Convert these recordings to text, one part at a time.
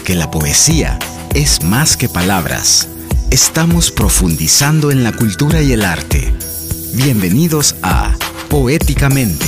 porque la poesía es más que palabras. Estamos profundizando en la cultura y el arte. Bienvenidos a Poéticamente.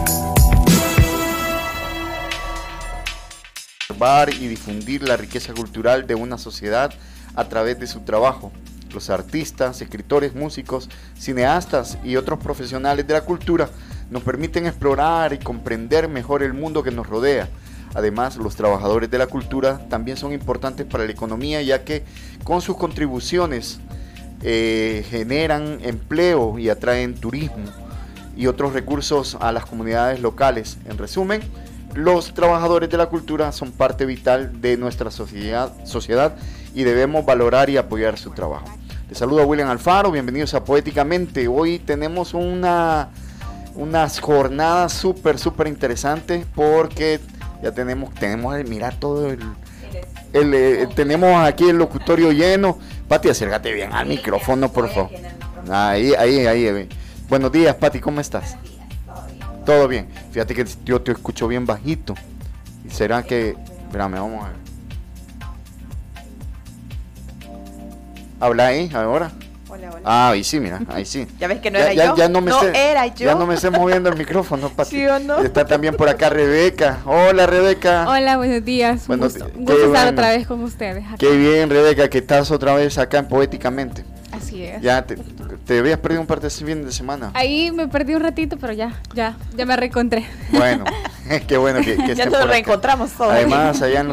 Y difundir la riqueza cultural de una sociedad a través de su trabajo. Los artistas, escritores, músicos, cineastas y otros profesionales de la cultura nos permiten explorar y comprender mejor el mundo que nos rodea. Además, los trabajadores de la cultura también son importantes para la economía, ya que con sus contribuciones generan empleo y atraen turismo y otros recursos a las comunidades locales. En resumen, los trabajadores de la cultura son parte vital de nuestra sociedad y debemos valorar y apoyar su trabajo. Les saluda William Alfaro, bienvenidos a Poéticamente. Hoy tenemos unas jornadas súper interesantes porque ya tenemos mira todo tenemos aquí el locutorio lleno. Pati, acércate bien al micrófono, por favor. Ahí. Buenos días, Pati, ¿cómo estás? Todo bien. Fíjate que yo te escucho bien bajito. ¿Será que...? Espérame, vamos a ver. Habla ahí, ahora. Hola. Ahí sí, mira, ahí sí. Ya ves que no era yo. Era yo. Ya no me sé moviendo el micrófono, Pati. ¿Sí o no? Está también por acá Rebeca. Hola, Rebeca. Hola, buenos días. Un gusto estar otra vez con ustedes. Acá. Qué bien, Rebeca, que estás otra vez acá en Poéticamente. Así es. Ya te habías perdido un par de fines de semana. Ahí me perdí un ratito, pero ya me reencontré. Bueno, qué bueno que ya nos reencontramos todos. Además, allá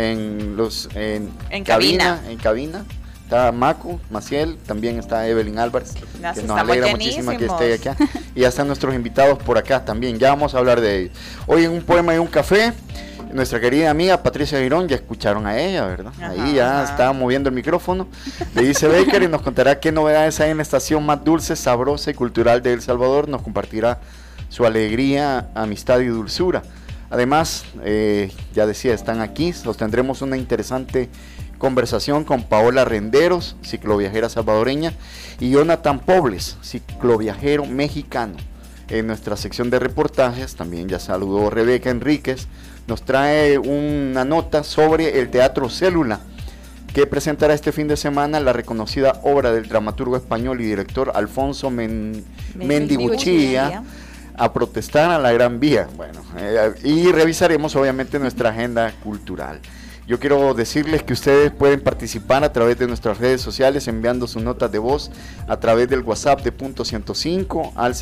en cabina está Macu, Maciel, también está Evelyn Álvarez, que nos alegra muchísimo que esté acá. Y ya están nuestros invitados por acá también, ya vamos a hablar de ellos. Hoy en un poema y un café, nuestra querida amiga Patricia Girón, ya escucharon a ella, ¿verdad? Ahí ya está moviendo el micrófono. Le dice Baker y nos contará qué novedades hay en la estación más dulce, sabrosa y cultural de El Salvador. Nos compartirá su alegría, amistad y dulzura. Además, ya decía, están aquí, sostendremos una interesante conversación con Paola Renderos, cicloviajera salvadoreña, y Jonathan Pobles, cicloviajero mexicano. En nuestra sección de reportajes, también ya saludó Rebeca Enríquez, nos trae una nota sobre el Teatro Célula, que presentará este fin de semana la reconocida obra del dramaturgo español y director Alfonso Mendiguchía, A protestar a la Gran Vía. Bueno, y revisaremos obviamente nuestra agenda cultural. Yo quiero decirles que ustedes pueden participar a través de nuestras redes sociales enviando sus notas de voz a través del WhatsApp de #105 al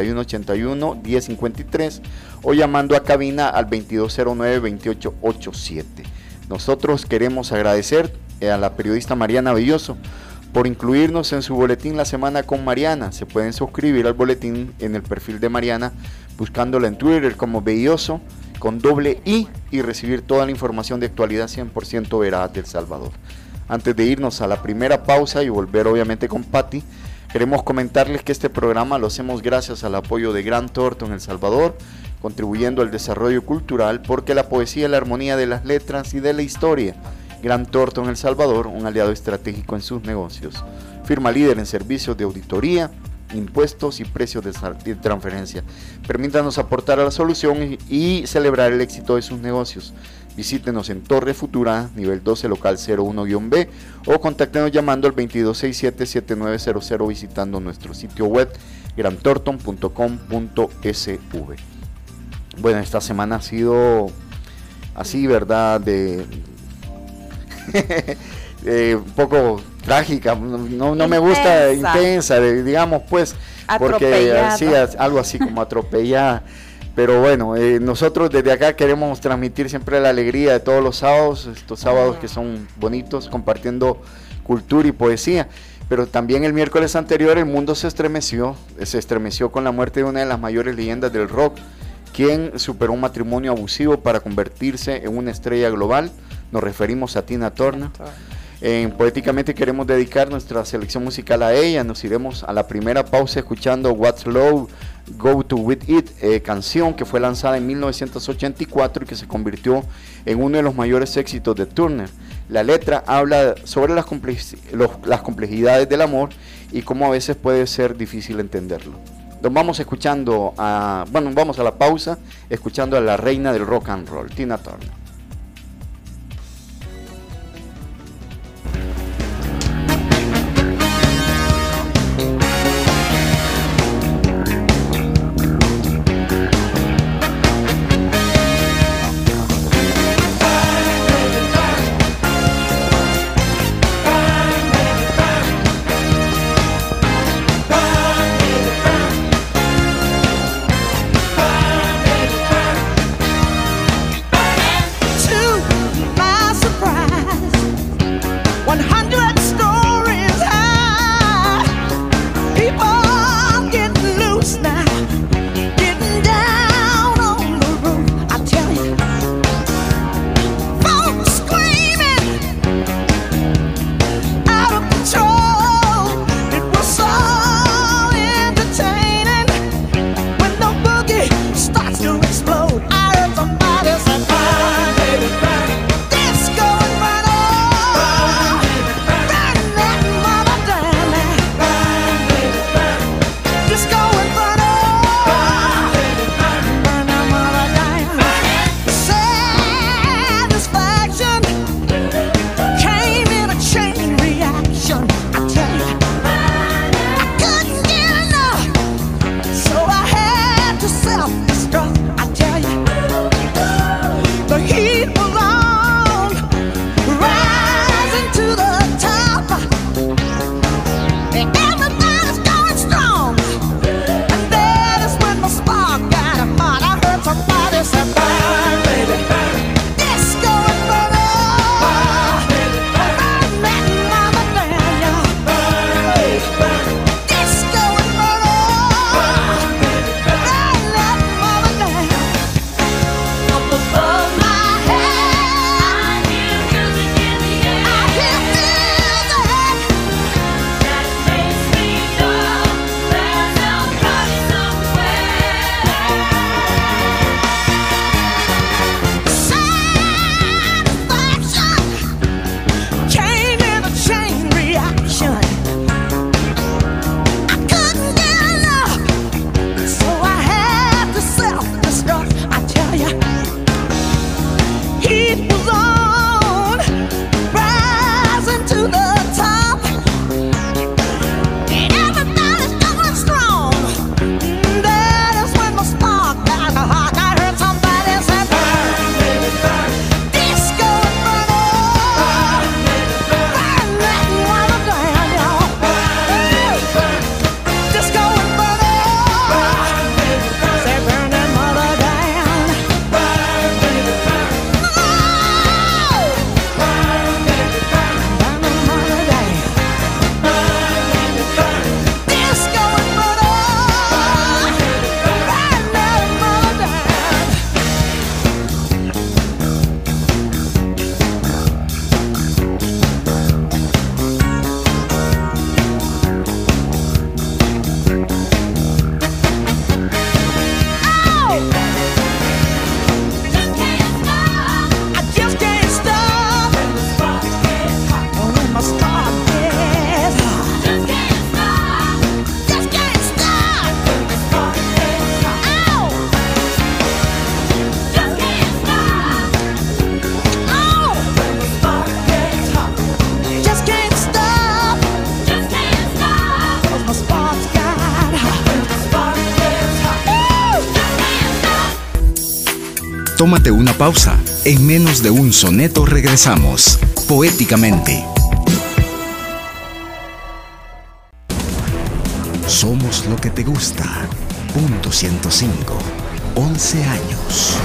7181-1053 o llamando a cabina al 2209-2887. Nosotros queremos agradecer a la periodista Mariana Belloso por incluirnos en su boletín La Semana con Mariana. Se pueden suscribir al boletín en el perfil de Mariana buscándola en Twitter como Belloso con ~i y recibir toda la información de actualidad 100% veraz de El Salvador. Antes de irnos a la primera pausa y volver obviamente con Patti, queremos comentarles que este programa lo hacemos gracias al apoyo de Grant Thornton El Salvador, contribuyendo al desarrollo cultural porque la poesía es la armonía de las letras y de la historia. Grant Thornton El Salvador, un aliado estratégico en sus negocios. Firma líder en servicios de auditoría, impuestos y precios de transferencia. Permítanos aportar a la solución y celebrar el éxito de sus negocios. Visítenos en Torre Futura, nivel 12, local 01-B o contáctenos llamando al 2267-7900 visitando nuestro sitio web grantorton.com.sv. Bueno, esta semana ha sido así, ¿verdad? Un poco trágica, no me gusta, intensa, digamos pues, porque sí, algo así como atropellada, pero bueno, nosotros desde acá queremos transmitir siempre la alegría de todos los sábados, estos sábados que son bonitos, compartiendo cultura y poesía, pero también el miércoles anterior el mundo se estremeció con la muerte de una de las mayores leyendas del rock, quien superó un matrimonio abusivo para convertirse en una estrella global. Nos referimos a Tina Turner. Poéticamente queremos dedicar nuestra selección musical a ella. Nos iremos a la primera pausa escuchando What's Love, Go To With It, canción que fue lanzada en 1984 y que se convirtió en uno de los mayores éxitos de Turner. La letra habla sobre las complejidades del amor y cómo a veces puede ser difícil entenderlo. Vamos a la pausa escuchando a la reina del rock and roll, Tina Turner. Tómate una pausa. En menos de un soneto regresamos, poéticamente. Somos lo que te gusta. Punto 105. 11 años.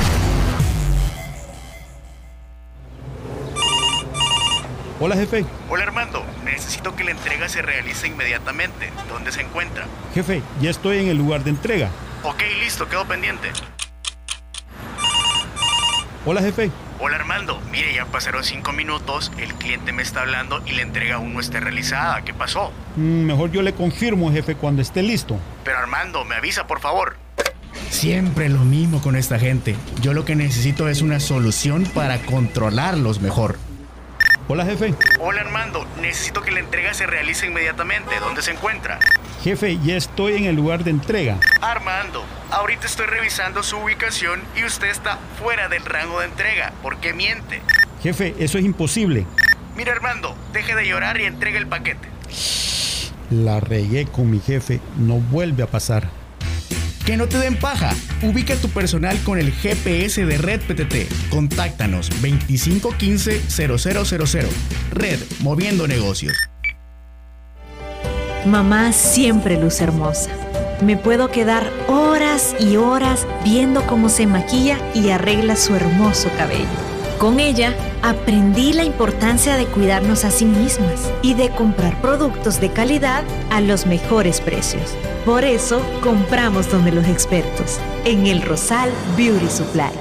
Hola, jefe. Hola, Armando. Necesito que la entrega se realice inmediatamente. ¿Dónde se encuentra? Jefe, ya estoy en el lugar de entrega. Ok, listo, quedo pendiente. Hola, jefe. Hola, Armando. Mire, ya pasaron 5 minutos, el cliente me está hablando y la entrega aún no está realizada. ¿Qué pasó? Mejor yo le confirmo, jefe, cuando esté listo. Pero, Armando, me avisa, por favor. Siempre lo mismo con esta gente. Yo lo que necesito es una solución para controlarlos mejor. Hola, jefe. Hola, Armando. Necesito que la entrega se realice inmediatamente. ¿Dónde se encuentra? Jefe, ya estoy en el lugar de entrega. Armando, ahorita estoy revisando su ubicación y usted está fuera del rango de entrega. ¿Por qué miente? Jefe, eso es imposible. Mira, Armando, deje de llorar y entregue el paquete. La regué con mi jefe. No vuelve a pasar. Que no te den paja. Ubica tu personal con el GPS de Red PTT. Contáctanos 2515-0000. Red, moviendo negocios. Mamá siempre luce hermosa. Me puedo quedar horas y horas viendo cómo se maquilla y arregla su hermoso cabello. Con ella aprendí la importancia de cuidarnos a sí mismas y de comprar productos de calidad a los mejores precios. Por eso compramos donde los expertos, en El Rosal Beauty Supply.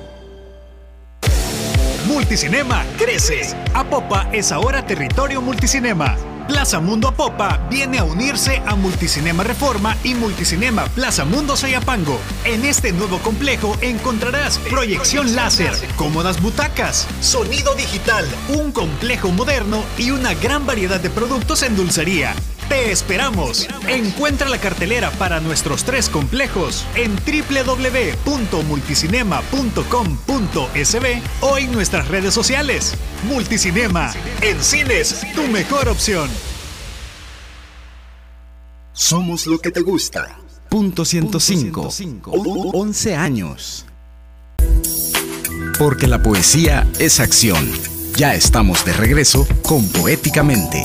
Multicinema crece. Apopa es ahora territorio Multicinema. Plaza Mundo Apopa viene a unirse a Multicinema Reforma y Multicinema Plaza Mundo Sayapango. En este nuevo complejo encontrarás proyección láser, cómodas butacas, sonido digital, un complejo moderno y una gran variedad de productos en dulcería. ¡Te esperamos! Encuentra la cartelera para nuestros 3 complejos en www.multicinema.com.sb o en nuestras redes sociales. Multicinema, en cines, tu mejor opción. Somos lo que te gusta. Punto 105. 11 años. Porque la poesía es acción. Ya estamos de regreso con Poéticamente.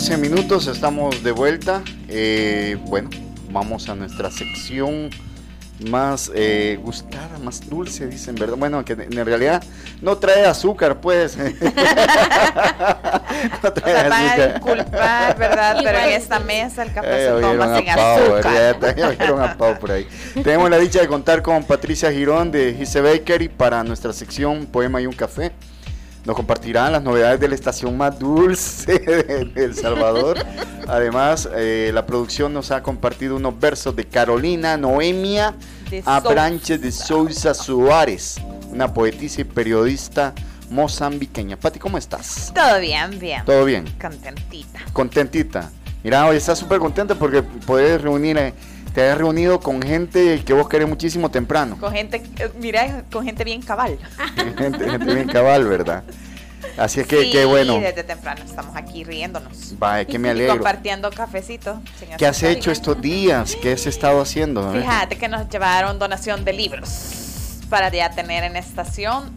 9:14, estamos de vuelta. Bueno, vamos a nuestra sección más gustada, más dulce, dicen, ¿verdad? Bueno, que en realidad no trae azúcar, pues. No trae azúcar. Van a disculpar, ¿verdad? Pero en esta mesa el café se toma sin azúcar. Ya vieron a Pau por ahí. Tenemos la dicha de contar con Patricia Girón de His Bakery para nuestra sección Poema y un Café. Nos compartirán las novedades de la estación más dulce de El Salvador. Además, la producción nos ha compartido unos versos de Carolina Noemia Abranches de Sousa Suárez, una poetisa y periodista mozambiqueña. Pati, ¿cómo estás? Todo bien, bien. ¿Todo bien? Contentita. Contentita. Mira, hoy estás súper contenta porque podés reunir... Te has reunido con gente que vos querés muchísimo temprano. Con gente, mira, con gente bien cabal. gente bien cabal, ¿verdad? Así es que, sí, qué bueno. Sí, desde temprano estamos aquí riéndonos. Vaya, que me alegro. Y compartiendo cafecito. ¿Qué has hecho estos días? ¿Qué has estado haciendo? Fíjate que nos llevaron donación de libros para ya tener en estación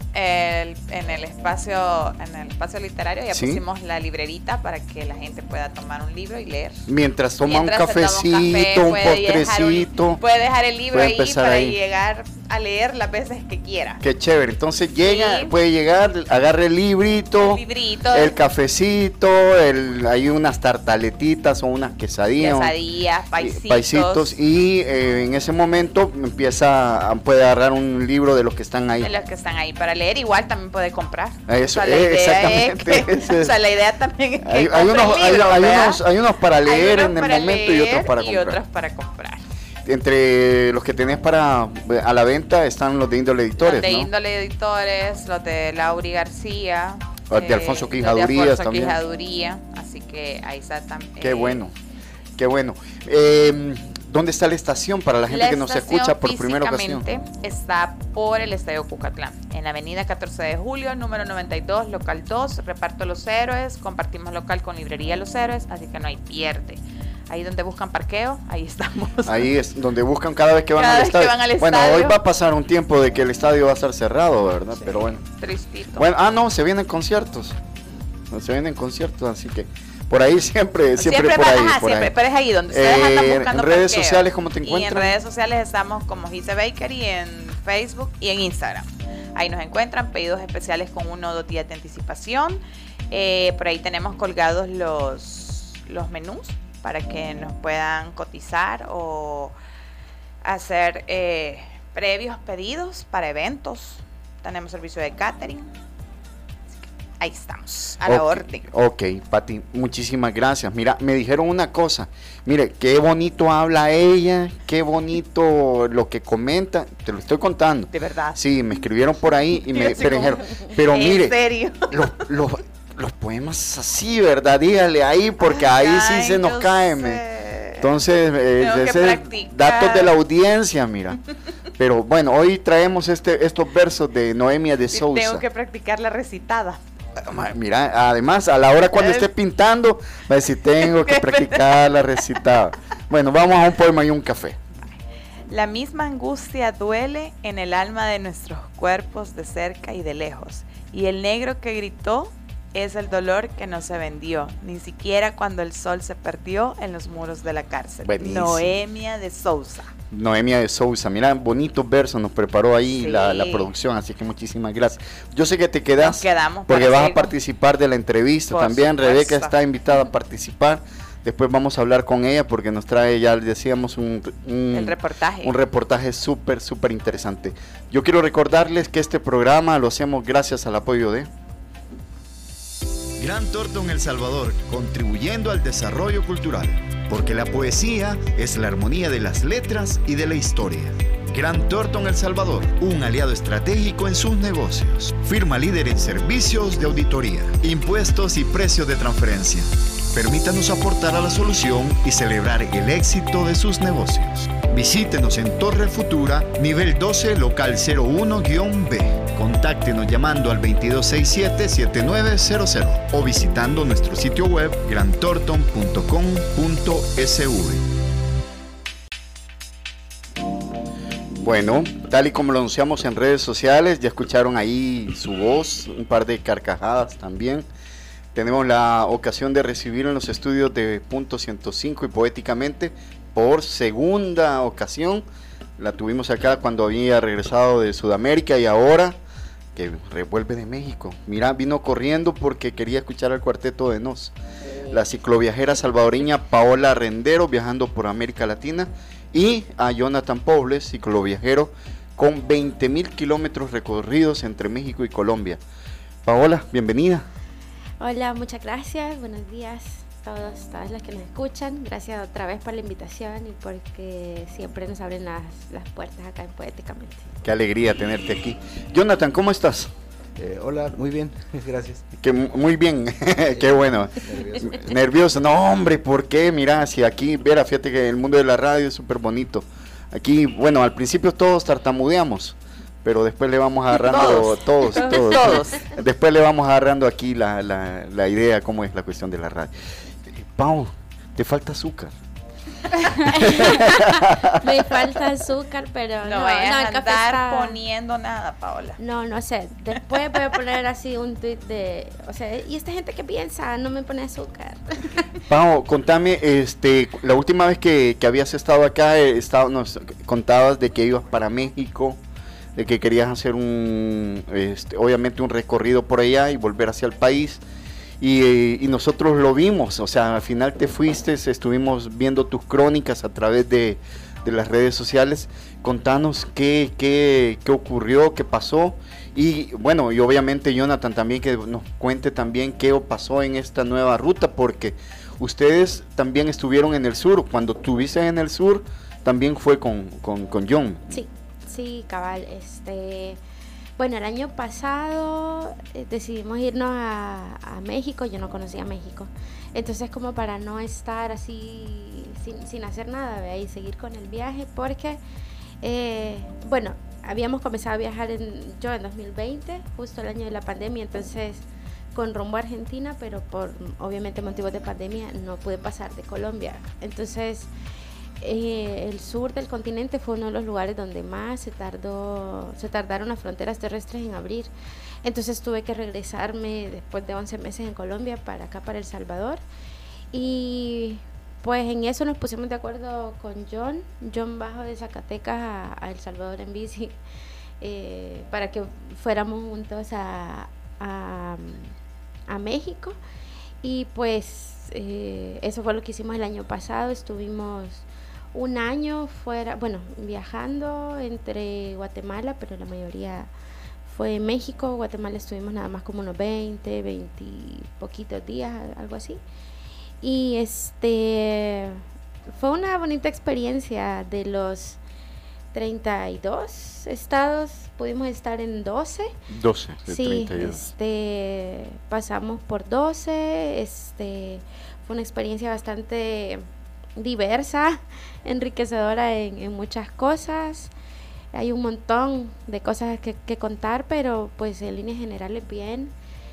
en el espacio literario. Ya pusimos la librerita para que la gente pueda tomar un libro y leer. Mientras toma un cafecito, un postrecito. Puede dejar el libro ahí para llegar a leer las veces que quiera. Qué chévere. Entonces puede llegar, agarre el librito, el cafecito, hay unas tartaletitas o unas quesadillas. Paisitos. Y en ese momento puede agarrar un libro de los que están ahí. De los que están ahí para leer, igual también puede comprar. Eso, exactamente. O sea, la idea también es que hay unos para leer en el momento y otros para comprar. Y otros para comprar. Entre los que tenés a la venta están los de Índole Editores, los de Índole Editores, los de Lauri García, de Alfonso Quijadurías también. Así que ahí está también. Qué bueno, qué bueno. ¿Dónde está la estación para la gente que nos escucha por primera ocasión? Está por el Estadio Cucatlán, en la avenida 14 de Julio, número 92, local 2, reparto Los Héroes, compartimos local con librería Los Héroes, así que no hay pierde. Ahí donde buscan parqueo, ahí estamos. Ahí es donde buscan cada vez que van al estadio. Bueno, hoy va a pasar un tiempo de que el estadio va a estar cerrado, ¿verdad? Sí, pero bueno. Tristito. Bueno, no, se vienen conciertos. Así que por ahí siempre por ahí. Pero es ahí donde ustedes andan buscando en redes sociales, ¿cómo te encuentran? Y en redes sociales estamos como His Bakery en Facebook y en Instagram. Ahí nos encuentran, pedidos especiales con 1 o 2 días de anticipación. Por ahí tenemos colgados los menús para que nos puedan cotizar o hacer previos pedidos para eventos. Tenemos servicio de catering. Ahí estamos, a la orden. Ok, Pati, muchísimas gracias. Mira, me dijeron una cosa. Mire, qué bonito habla ella, qué bonito lo que comenta. Te lo estoy contando. De verdad. Sí, me escribieron por ahí y me dijeron, pero mire, ¿en serio? Los poemas así, ¿verdad? Dígale ahí, porque ahí sí se nos caen. Entonces, datos de la audiencia, mira. Pero bueno, hoy traemos estos versos de Noemia de Sousa. Tengo que practicar la recitada. Mira, además, a la hora cuando esté pintando, va a decir, tengo que practicar la recitada. Bueno, vamos a un poema y un café. La misma angustia duele en el alma de nuestros cuerpos de cerca y de lejos. Y el negro que gritó es el dolor que no se vendió, ni siquiera cuando el sol se perdió en los muros de la cárcel. Buenísimo. Noemia de Sousa. Noemia de Sousa, mira, bonitos versos nos preparó ahí la producción, así que muchísimas gracias. Yo sé que te quedas, nos quedamos porque vas a participar de la entrevista también. Rebeca está invitada a participar. Después vamos a hablar con ella porque nos trae, ya decíamos, el reportaje. Un reportaje súper interesante. Yo quiero recordarles que este programa lo hacemos gracias al apoyo de Gran Thornton El Salvador, contribuyendo al desarrollo cultural, porque la poesía es la armonía de las letras y de la historia. Gran Thornton El Salvador, un aliado estratégico en sus negocios. Firma líder en servicios de auditoría, impuestos y precios de transferencia. Permítanos aportar a la solución y celebrar el éxito de sus negocios. Visítenos en Torre Futura, nivel 12, local 01-B. Contáctenos llamando al 2267-7900 o visitando nuestro sitio web granthornton.com.sv. Bueno, tal y como lo anunciamos en redes sociales, ya escucharon ahí su voz, un par de carcajadas también. Tenemos la ocasión de recibir en los estudios de Punto 105 y Poéticamente por segunda ocasión la tuvimos acá cuando había regresado de Sudamérica y ahora que revuelve de México. Mira, vino corriendo porque quería escuchar al Cuarteto de Nos. La cicloviajera salvadoreña Paola Rendero, viajando por América Latina, y a Jonathan Pobles, cicloviajero con 20,000 kilómetros recorridos entre México y Colombia. Paola, bienvenida. Hola, muchas gracias, buenos días a todas las que nos escuchan. Gracias otra vez por la invitación y porque siempre nos abren las puertas acá en Poéticamente. Qué alegría tenerte aquí. Jonathan, ¿cómo estás? Hola, muy bien, gracias. Muy bien, qué bueno. Nervioso, no hombre, ¿por qué? Mira, si aquí, Vera, fíjate que el mundo de la radio es súper bonito. Aquí, bueno, al principio todos tartamudeamos, pero después le vamos agarrando, todos. Después le vamos agarrando aquí la idea, cómo es la cuestión de la radio. Pau, te falta azúcar. Me falta azúcar, pero no vayas a andar poniendo nada, Paola. No sé, después voy a poner así un tweet de, o sea, y esta gente que piensa, no me pone azúcar. Pau, contame, la última vez que habías estado acá, nos contabas de que ibas para México, de que querías hacer obviamente un recorrido por allá y volver hacia el país. Y nosotros lo vimos, o sea, al final te fuiste, estuvimos viendo tus crónicas a través de las redes sociales. Contanos qué ocurrió, qué pasó, y bueno, y obviamente Jonathan también que nos cuente también qué pasó en esta nueva ruta, porque ustedes también estuvieron en el sur. Cuando estuviste en el sur también fue con John. Sí, cabal, bueno, el año pasado decidimos irnos a México. Yo no conocía México, entonces como para no estar así sin hacer nada, ¿ve? Y seguir con el viaje, porque bueno, habíamos comenzado a viajar yo en 2020, justo el año de la pandemia, entonces con rumbo a Argentina, pero por obviamente motivos de pandemia no pude pasar de Colombia. Entonces el sur del continente fue uno de los lugares donde más se tardaron las fronteras terrestres en abrir. Entonces tuve que regresarme después de 11 meses en Colombia para acá, para El Salvador, y pues en eso nos pusimos de acuerdo con John bajó de Zacatecas a El Salvador en bici, para que fuéramos juntos a México. Y pues eso fue lo que hicimos el año pasado. Estuvimos un año fuera, bueno, viajando entre Guatemala, pero la mayoría fue en México. Guatemala estuvimos nada más como unos 20 poquitos días, algo así. Y fue una bonita experiencia. De los 32 estados pudimos estar en 12. 12 de sí, 32. Pasamos por 12. Fue una experiencia bastante diversa, enriquecedora en muchas cosas. Hay un montón de cosas que contar, pero pues en líneas generales bien.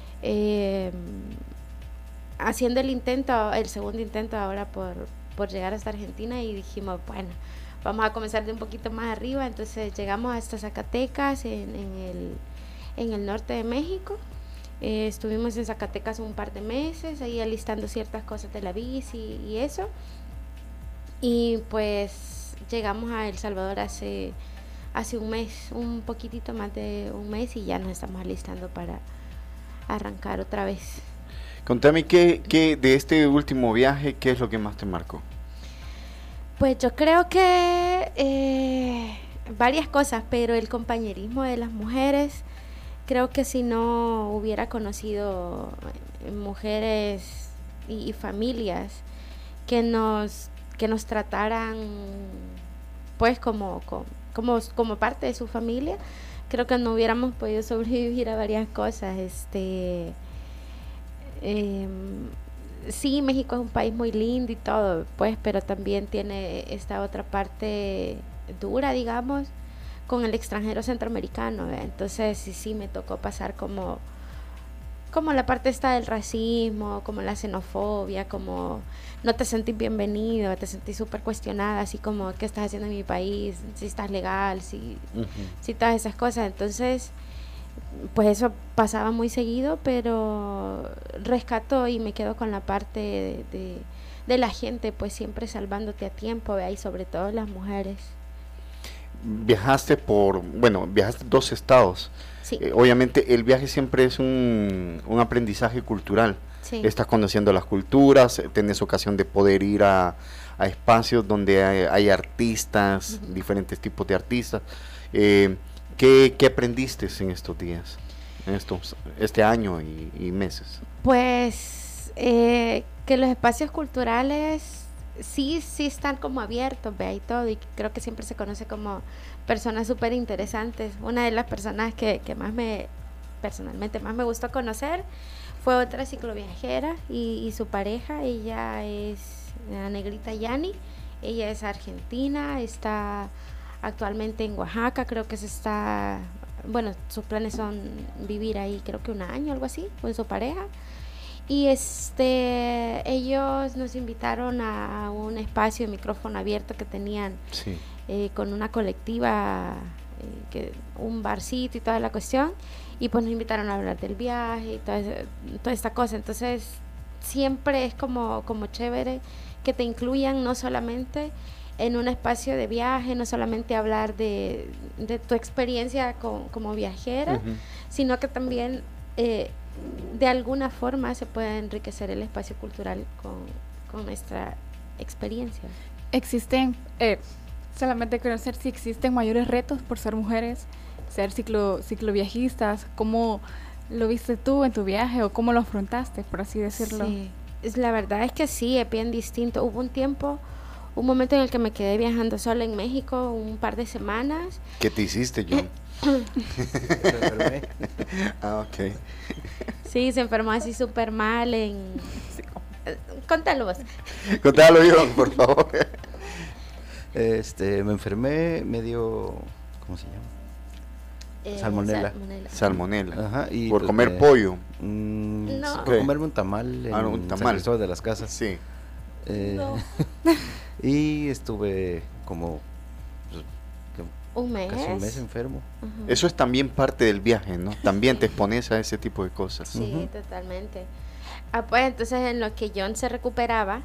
Haciendo el segundo intento ahora por llegar hasta Argentina, y dijimos, bueno, vamos a comenzar de un poquito más arriba. Entonces llegamos hasta Zacatecas en el norte de México. Estuvimos en Zacatecas un par de meses ahí alistando ciertas cosas de la bici y eso, y pues llegamos a El Salvador hace un mes, un poquitito más de un mes, y ya nos estamos alistando para arrancar otra vez. Contame qué de este último viaje, ¿qué es lo que más te marcó? Pues yo creo que varias cosas, pero el compañerismo de las mujeres. Creo que si no hubiera conocido mujeres y familias que nos trataran pues como parte de su familia, creo que no hubiéramos podido sobrevivir a varias cosas. Sí, México es un país muy lindo y todo, pues, pero también tiene esta otra parte dura, digamos, con el extranjero centroamericano, ¿ve? Entonces sí me tocó pasar como la parte esta del racismo, como la xenofobia, como no te sentís bienvenido, te sentís súper cuestionada, así como qué estás haciendo en mi país, si estás legal, si todas esas cosas. Entonces pues eso pasaba muy seguido, pero rescato y me quedo con la parte de la gente, pues siempre salvándote a tiempo, ¿ve? Y sobre todo las mujeres. viajaste viajaste 2 estados. Sí. Obviamente el viaje siempre es un aprendizaje cultural. Sí. Estás conociendo las culturas, tenés ocasión de poder ir a espacios donde hay artistas, diferentes tipos de artistas. ¿Qué aprendiste en estos días, este año y meses? Pues que los espacios culturales sí están como abiertos, vea, y todo, y creo que siempre se conoce como personas súper interesantes. Una de las personas que personalmente más me gustó conocer fue otra cicloviajera y su pareja. Ella es la negrita Yani, ella es argentina, está actualmente en Oaxaca, creo que sus planes son vivir ahí creo que 1 año, algo así, con su pareja. Y ellos nos invitaron a un espacio de micrófono abierto que tenían, sí, con una colectiva, un barcito y toda la cuestión, y pues nos invitaron a hablar del viaje y toda esta cosa. Entonces siempre es como chévere que te incluyan no solamente en un espacio de viaje, no solamente hablar de tu experiencia como viajera, sino que también de alguna forma se puede enriquecer el espacio cultural con nuestra experiencia. Existen, solamente conocer si existen mayores retos por ser mujeres, ser cicloviajistas. ¿Cómo lo viste tú en tu viaje o cómo lo afrontaste, por así decirlo? Sí, la verdad es que sí, es bien distinto. Hubo un momento en el que me quedé viajando sola en México un par de semanas. ¿Qué te hiciste, John? Ok. Sí, se enfermó así súper mal Contalo vos. Contalo, John, por favor. Me enfermé, me dio, ¿cómo se llama? Salmonela. Ajá, y por comer pollo. No. Por comerme un tamal en un tamal. San Cristóbal de las Casas. Sí. No. Y estuve como casi un mes enfermo. Eso es también parte del viaje, ¿no? También te expones a ese tipo de cosas. Sí, totalmente. Pues entonces en lo que John se recuperaba,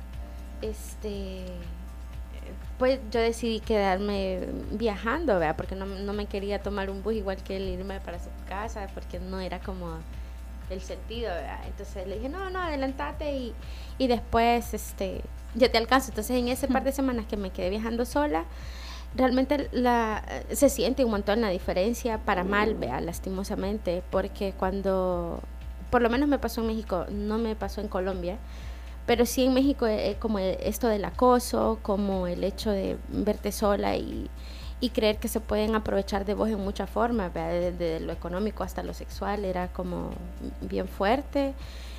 pues yo decidí quedarme viajando, ¿verdad? Porque no me quería tomar un bus igual que él, irme para su casa, porque no era como el sentido, ¿verdad? Entonces le dije, no, adelantate y después yo te alcanzo. Entonces en ese par de semanas que me quedé viajando sola, realmente se siente un montón la diferencia para mal, vea, lastimosamente, porque cuando, por lo menos me pasó en México, no me pasó en Colombia, pero sí en México, como esto del acoso, como el hecho de verte sola y creer que se pueden aprovechar de vos en muchas formas, vea, desde lo económico hasta lo sexual, era como bien fuerte.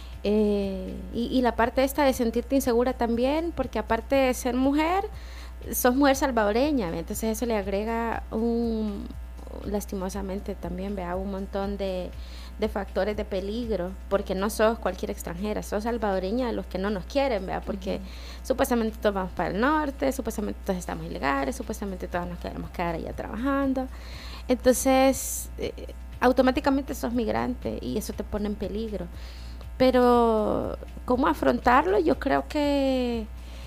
Y la parte esta de sentirte insegura también, porque aparte de ser mujer, sos mujer salvadoreña, ¿ve? Entonces eso le agrega lastimosamente también, vea, un montón de factores de peligro, porque no sos cualquier extranjera, sos salvadoreña de los que no nos quieren, vea, porque supuestamente todos vamos para el norte, supuestamente todos estamos ilegales, supuestamente todos nos queremos quedar allá trabajando. Entonces automáticamente sos migrante y eso te pone en peligro. Pero ¿cómo afrontarlo? Yo creo que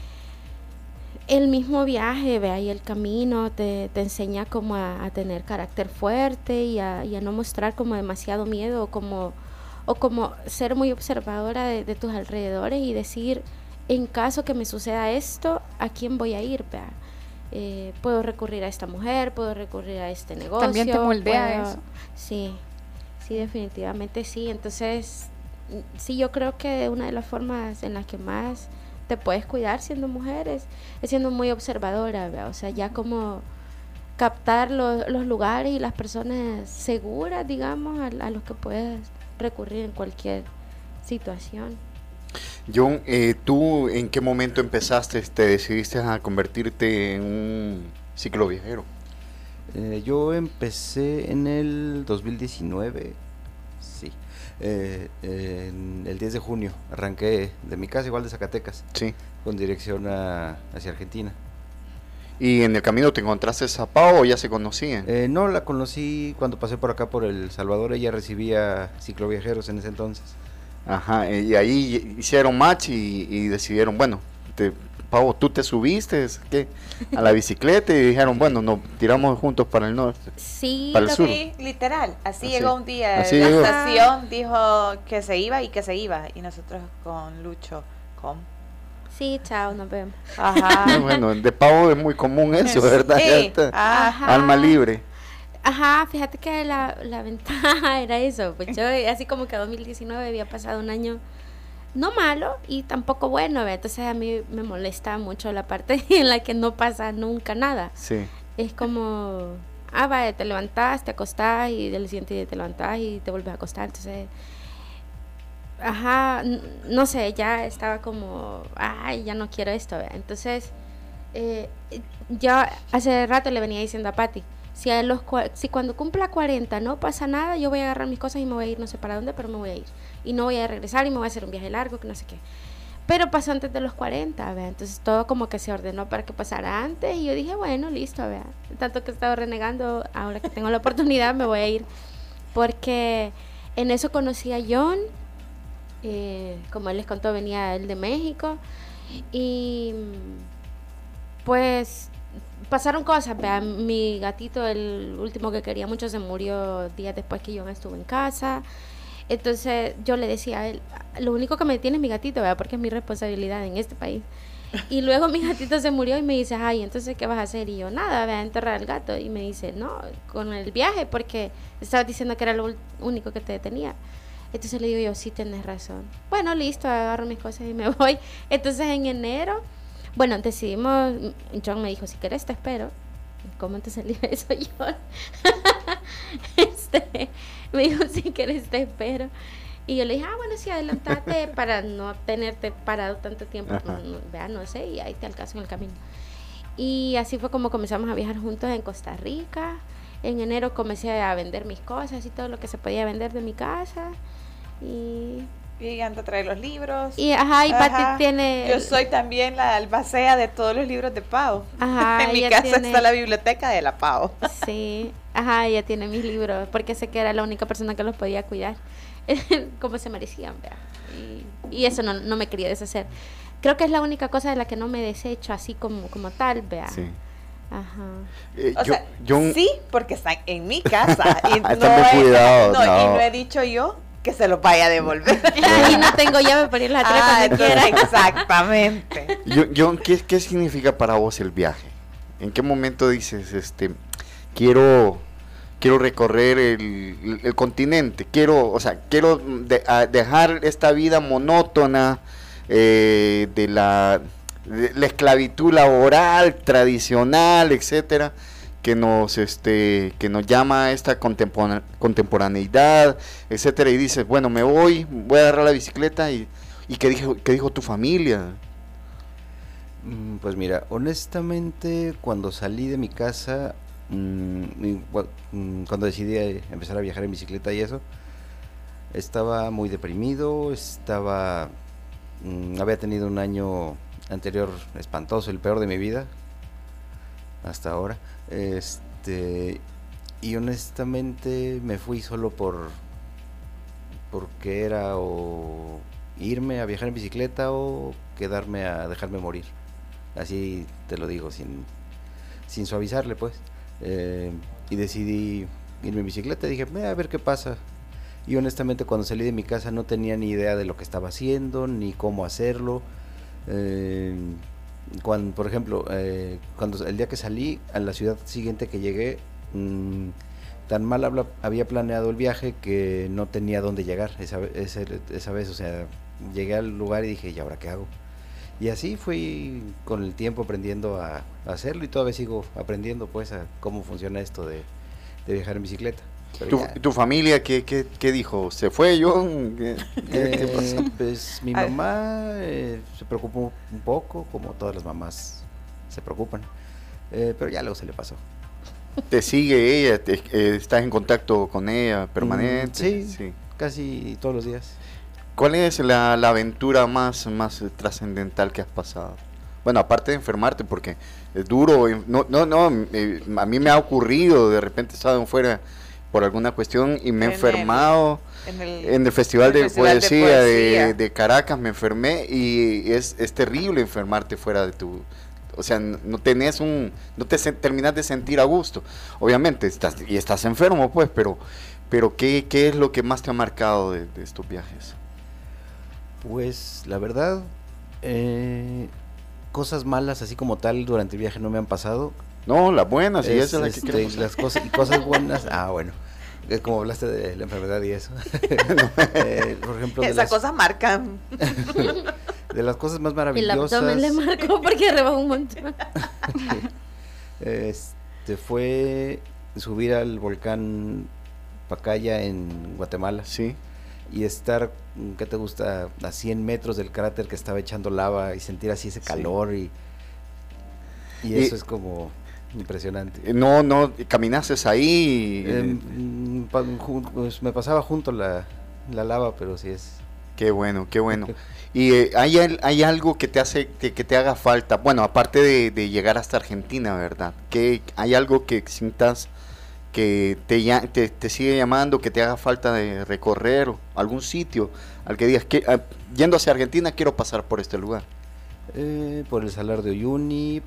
el mismo viaje, vea, y el camino te enseña como a tener carácter fuerte y a no mostrar como demasiado miedo o como ser muy observadora de tus alrededores y decir, en caso que me suceda esto, ¿a quién voy a ir? Vea? Puedo recurrir a esta mujer, puedo recurrir a este negocio. También te moldea eso. Sí, definitivamente sí. Entonces, sí, yo creo que una de las formas en las que más te puedes cuidar siendo mujer es siendo muy observadora, ¿verdad? O sea, ya como captar los lugares y las personas seguras, digamos, a los que puedes recurrir en cualquier situación. John, ¿tú en qué momento te decidiste a convertirte en un cicloviajero? Yo empecé en el 2019, sí. En el 10 de junio arranqué de mi casa, igual de Zacatecas, sí, con dirección hacia Argentina. ¿Y en el camino te encontraste a Pau o ya se conocían? No, la conocí cuando pasé por acá por El Salvador. Ella recibía cicloviajeros en ese entonces. Ajá, y ahí hicieron match y decidieron, bueno, Pavo, ¿tú te subiste a la bicicleta y dijeron, bueno, nos tiramos juntos para el norte? Sí, para el sur. Sí, literal. Así llegó un día. Así la llegó. estación dijo que se iba y que se iba. Y nosotros con Lucho, ¿cómo? Sí, chao, nos vemos. Ajá. Bueno, de Pavo es muy común eso, ¿verdad? Sí. Ajá. Alma libre. Ajá, fíjate que la ventaja era eso, pues yo así como que 2019 había pasado un año no malo y tampoco bueno, ¿ve? Entonces a mí me molesta mucho la parte en la que no pasa nunca nada. Sí. Es como, vaya, te levantás, te acostás y del siguiente día te levantás y te vuelves a acostar, entonces, ajá, no sé, ya estaba como, ay, ya no quiero esto, ¿ve? Entonces, yo hace rato le venía diciendo a Pati, si cuando cumpla 40 no pasa nada, yo voy a agarrar mis cosas y me voy a ir, no sé para dónde, pero me voy a ir. Y no voy a regresar y me voy a hacer un viaje largo, que no sé qué. Pero pasó antes de los 40, ¿vea? Entonces todo como que se ordenó para que pasara antes. Y yo dije, bueno, listo, ¿vea? Tanto que he estado renegando, ahora que tengo la oportunidad me voy a ir. Porque en eso conocí a John. Como él les contó, venía él de México. Y pues pasaron cosas, ¿vea? Mi gatito, el último que quería mucho, se murió días después que John estuvo en casa. Entonces yo le decía a él, lo único que me detiene es mi gatito, ¿verdad? Porque es mi responsabilidad en este país. Y luego mi gatito se murió y me dice, ay, entonces ¿qué vas a hacer? Y yo, nada, voy a enterrar al gato. Y me dice, no, con el viaje, porque estabas diciendo que era lo único que te detenía. Entonces le digo yo, sí, tienes razón. Bueno, listo, agarro mis cosas y me voy. Entonces en enero, bueno, decidimos, John me dijo, si querés te espero. ¿Cómo te salió eso, John? Me dijo, si querés te espero. Y yo le dije, bueno, sí, adelantate para no tenerte parado tanto tiempo, no sé, y ahí te alcanzo en el camino. Y así fue como comenzamos a viajar juntos en Costa Rica. En enero comencé a vender mis cosas y todo lo que se podía vender de mi casa. Y anda a traer los libros. Y Pati tiene... Yo soy también la albacea de todos los libros de Pau. En mi casa está la biblioteca de la Pau. Sí, ella tiene mis libros, porque sé que era la única persona que los podía cuidar, como se merecían, ¿verdad? Y eso no me quería deshacer. Creo que es la única cosa de la que no me desecho así como tal, ¿verdad? Sí. Ajá. Sí, porque están en mi casa. Y no he dicho yo que se los vaya a devolver. Y no tengo llave para irlas a traer cuando quiera. Exactamente. John, ¿qué significa para vos el viaje? ¿En qué momento dices, quiero recorrer el continente, quiero dejar esta vida monótona de la esclavitud laboral tradicional, etcétera, que nos llama a esta contemporaneidad, etcétera, y dices, bueno, voy a agarrar la bicicleta y ¿qué dijo tu familia? Pues mira, honestamente, cuando salí de mi casa, cuando decidí empezar a viajar en bicicleta y eso, estaba muy deprimido, había tenido un año anterior espantoso, el peor de mi vida hasta ahora, y honestamente me fui solo porque era o irme a viajar en bicicleta o quedarme a dejarme morir, así te lo digo sin suavizarle, pues. Y decidí irme en bicicleta y dije, a ver qué pasa. Y honestamente, cuando salí de mi casa no tenía ni idea de lo que estaba haciendo ni cómo hacerlo. Por ejemplo, cuando el día que salí, a la ciudad siguiente que llegué, tan mal había planeado el viaje que no tenía dónde llegar esa vez. O sea, llegué al lugar y dije, ¿y ahora qué hago? Y así fui con el tiempo aprendiendo a hacerlo, y todavía sigo aprendiendo, pues, a cómo funciona esto de viajar en bicicleta. ¿Tu familia qué dijo? ¿Se fue, John? ¿Qué pasó? Pues mi mamá se preocupó un poco, como todas las mamás se preocupan, pero ya luego se le pasó. ¿Te sigue ella? ¿Estás en contacto con ella permanente? Sí, casi todos los días. ¿Cuál es la aventura más trascendental que has pasado? Bueno, aparte de enfermarte, porque es duro, a mí me ha ocurrido, de repente he estado fuera por alguna cuestión y me he enfermado en el Festival de Poesía de Caracas, me enfermé y es terrible enfermarte fuera de tu... O sea, no te terminas de sentir a gusto. Obviamente, estás enfermo, pues, pero ¿qué es lo que más te ha marcado de estos viajes? Pues, la verdad, cosas malas así como tal durante el viaje no me han pasado. No, las buenas, y esa es la que queremos. Las cosas buenas, bueno, como hablaste de la enfermedad y eso. Por ejemplo, esas cosas marcan. De las cosas más maravillosas. El abdomen le marcó porque rebajó un montón. Fue subir al volcán Pacaya en Guatemala. Sí. Y estar, ¿qué te gusta? A 100 metros del cráter que estaba echando lava y sentir así ese calor y eso es como impresionante. No, caminaste ahí. Pues me pasaba junto la lava, pero sí es. Qué bueno. Y hay algo que te hace que te haga falta, bueno, aparte de llegar hasta Argentina, ¿verdad? Que hay algo que sientas que te sigue llamando, que te haga falta de recorrer, o algún sitio al que digas que yendo hacia Argentina quiero pasar por este lugar. Por el Salar de Uyuni,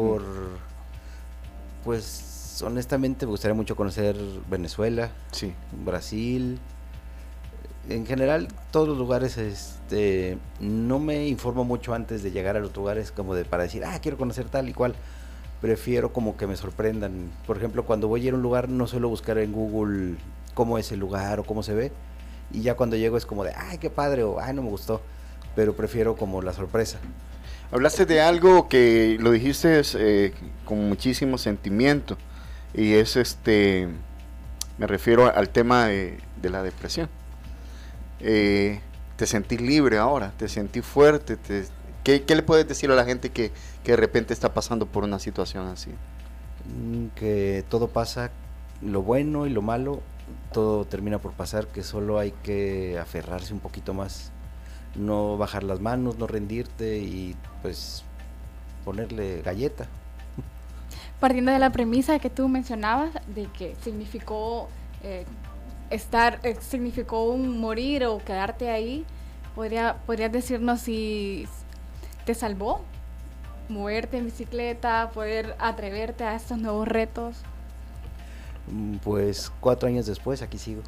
pues honestamente me gustaría mucho conocer Venezuela, sí, Brasil. En general, todos los lugares, no me informo mucho antes de llegar a los lugares como para decir, quiero conocer tal y cual. Prefiero como que me sorprendan. Por ejemplo, cuando voy a ir a un lugar, no suelo buscar en Google cómo es el lugar o cómo se ve. Y ya cuando llego es como de, qué padre, o no me gustó. Pero prefiero como la sorpresa. Hablaste de algo que lo dijiste con muchísimo sentimiento. Y es me refiero al tema de la depresión. Te sentís libre ahora, te sentís fuerte, ¿qué le puedes decir a la gente que de repente está pasando por una situación así? Que todo pasa, lo bueno y lo malo, todo termina por pasar, que solo hay que aferrarse un poquito más, no bajar las manos, no rendirte y pues ponerle galleta. Partiendo de la premisa que tú mencionabas, de que significó significó un morir o quedarte ahí, ¿podrías decirnos si te salvó moverte en bicicleta, poder atreverte a estos nuevos retos? Pues 4 años después aquí sigo.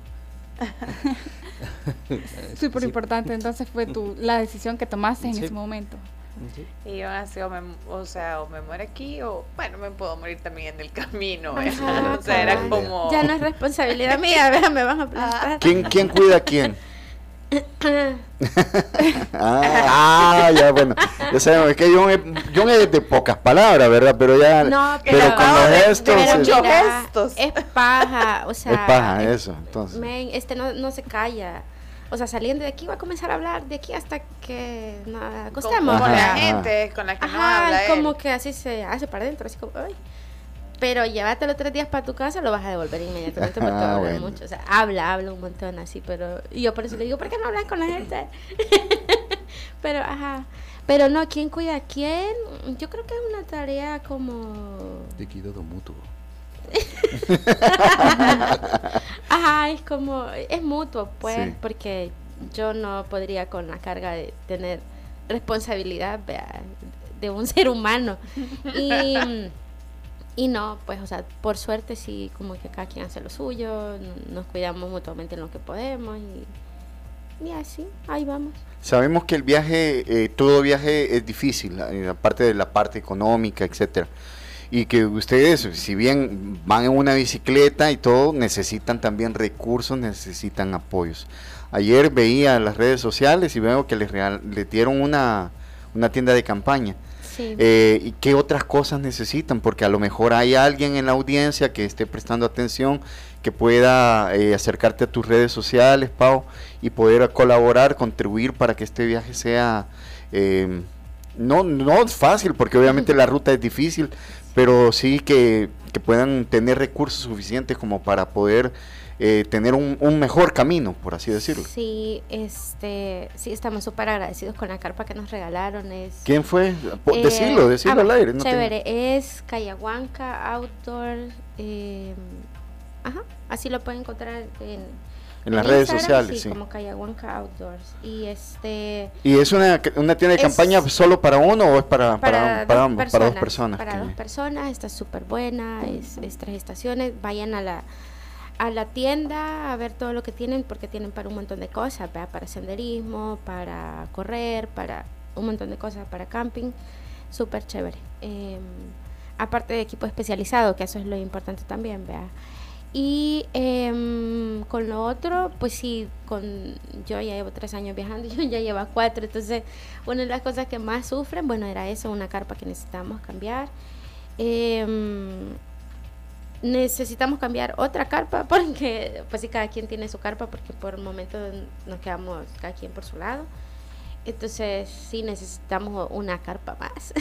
Súper importante, entonces fue la decisión que tomaste en ese momento. Sí. Y yo así, o me muero aquí, o bueno, me puedo morir también en el camino. O sea, era como... Ya no es responsabilidad mía, me van a aplastar. ¿Quién cuida a quién? Ya bueno, ya sabemos, es que yo es de pocas palabras, ¿verdad? Pero ya, pero con los gestos, gestos es paja, o sea, es paja eso, entonces. No se calla. O sea, saliendo de aquí va a comenzar a hablar de aquí hasta que nos acostemos. Con la gente con la que no habla como él. Que así se hace para adentro, así como, ay. Pero llévatelo 3 días para tu casa, lo vas a devolver inmediatamente porque va a hablar mucho. O sea, habla un montón así, pero... Y yo por eso le digo, ¿por qué no hablas con la gente? Pero no, ¿quién cuida a quién? Yo creo que es una tarea como... De cuidado mutuo. Es como... Es mutuo, pues, sí. Porque yo no podría con la carga de tener responsabilidad de un ser humano. Y no, pues, o sea, por suerte sí, como que cada quien hace lo suyo, nos cuidamos mutuamente en lo que podemos y así, ahí vamos. Sabemos que el viaje, todo viaje es difícil, aparte de la parte económica, etcétera, y que ustedes, si bien van en una bicicleta y todo, necesitan también recursos, necesitan apoyos. Ayer veía las redes sociales y veo que les dieron una tienda de campaña. Sí. ¿Y qué otras cosas necesitan? Porque a lo mejor hay alguien en la audiencia que esté prestando atención, que pueda acercarte a tus redes sociales, Pau, y poder colaborar, contribuir para que este viaje sea no fácil, porque obviamente la ruta es difícil, pero sí que puedan tener recursos suficientes como para poder tener un mejor camino, por así decirlo. Sí, sí, estamos súper agradecidos con la carpa que nos regalaron. ¿Quién fue? Decirlo al aire. Chévere, es Cayahuanca Outdoor así lo pueden encontrar en las redes sociales, sí, como Cayahuanca Outdoors. Y ¿Y es una tienda de campaña solo para uno o es para ambos, para dos personas? Para dos personas, está súper buena, es 3 estaciones. Vayan a la tienda a ver todo lo que tienen, porque tienen para un montón de cosas, ¿verdad? Para senderismo, para correr, para un montón de cosas, para camping, súper chévere. Aparte de equipo especializado, que eso es lo importante también, ¿verdad? Y con lo otro, pues sí, yo ya llevo 3 años viajando, yo ya llevo 4, entonces una de las cosas que más sufren, bueno, era eso, una carpa que necesitamos cambiar. Necesitamos cambiar otra carpa, porque pues sí, cada quien tiene su carpa, porque por el momento nos quedamos cada quien por su lado. Entonces sí necesitamos una carpa más.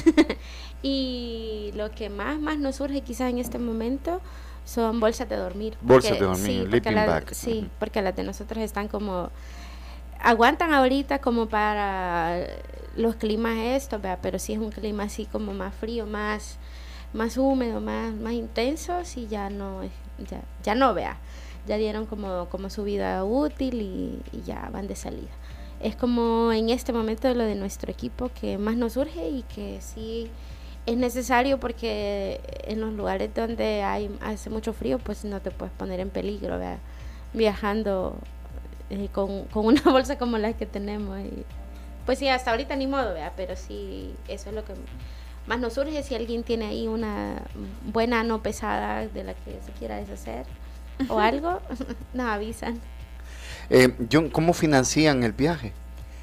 Y lo que más nos surge quizás en este momento son bolsas de dormir. Bolsas de dormir, sleeping bag. Sí, porque las de nosotros están como, aguantan ahorita como para los climas estos, ¿verdad? Pero sí es un clima así como más frío, más húmedo, más intenso, sí ya no, vea. Ya dieron como su vida útil y ya van de salida. Es como en este momento lo de nuestro equipo que más nos surge y que sí es necesario, porque en los lugares donde hace mucho frío, pues no te puedes poner en peligro, ¿verdad? Viajando con una bolsa como la que tenemos. Y pues sí, hasta ahorita ni modo, ¿verdad? Pero sí, eso es lo que más nos surge. Si alguien tiene ahí una buena no pesada de la que se quiera deshacer o algo, nos avisan. ¿Cómo financian el viaje?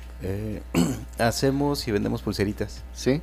Hacemos y vendemos pulseritas. ¿Sí?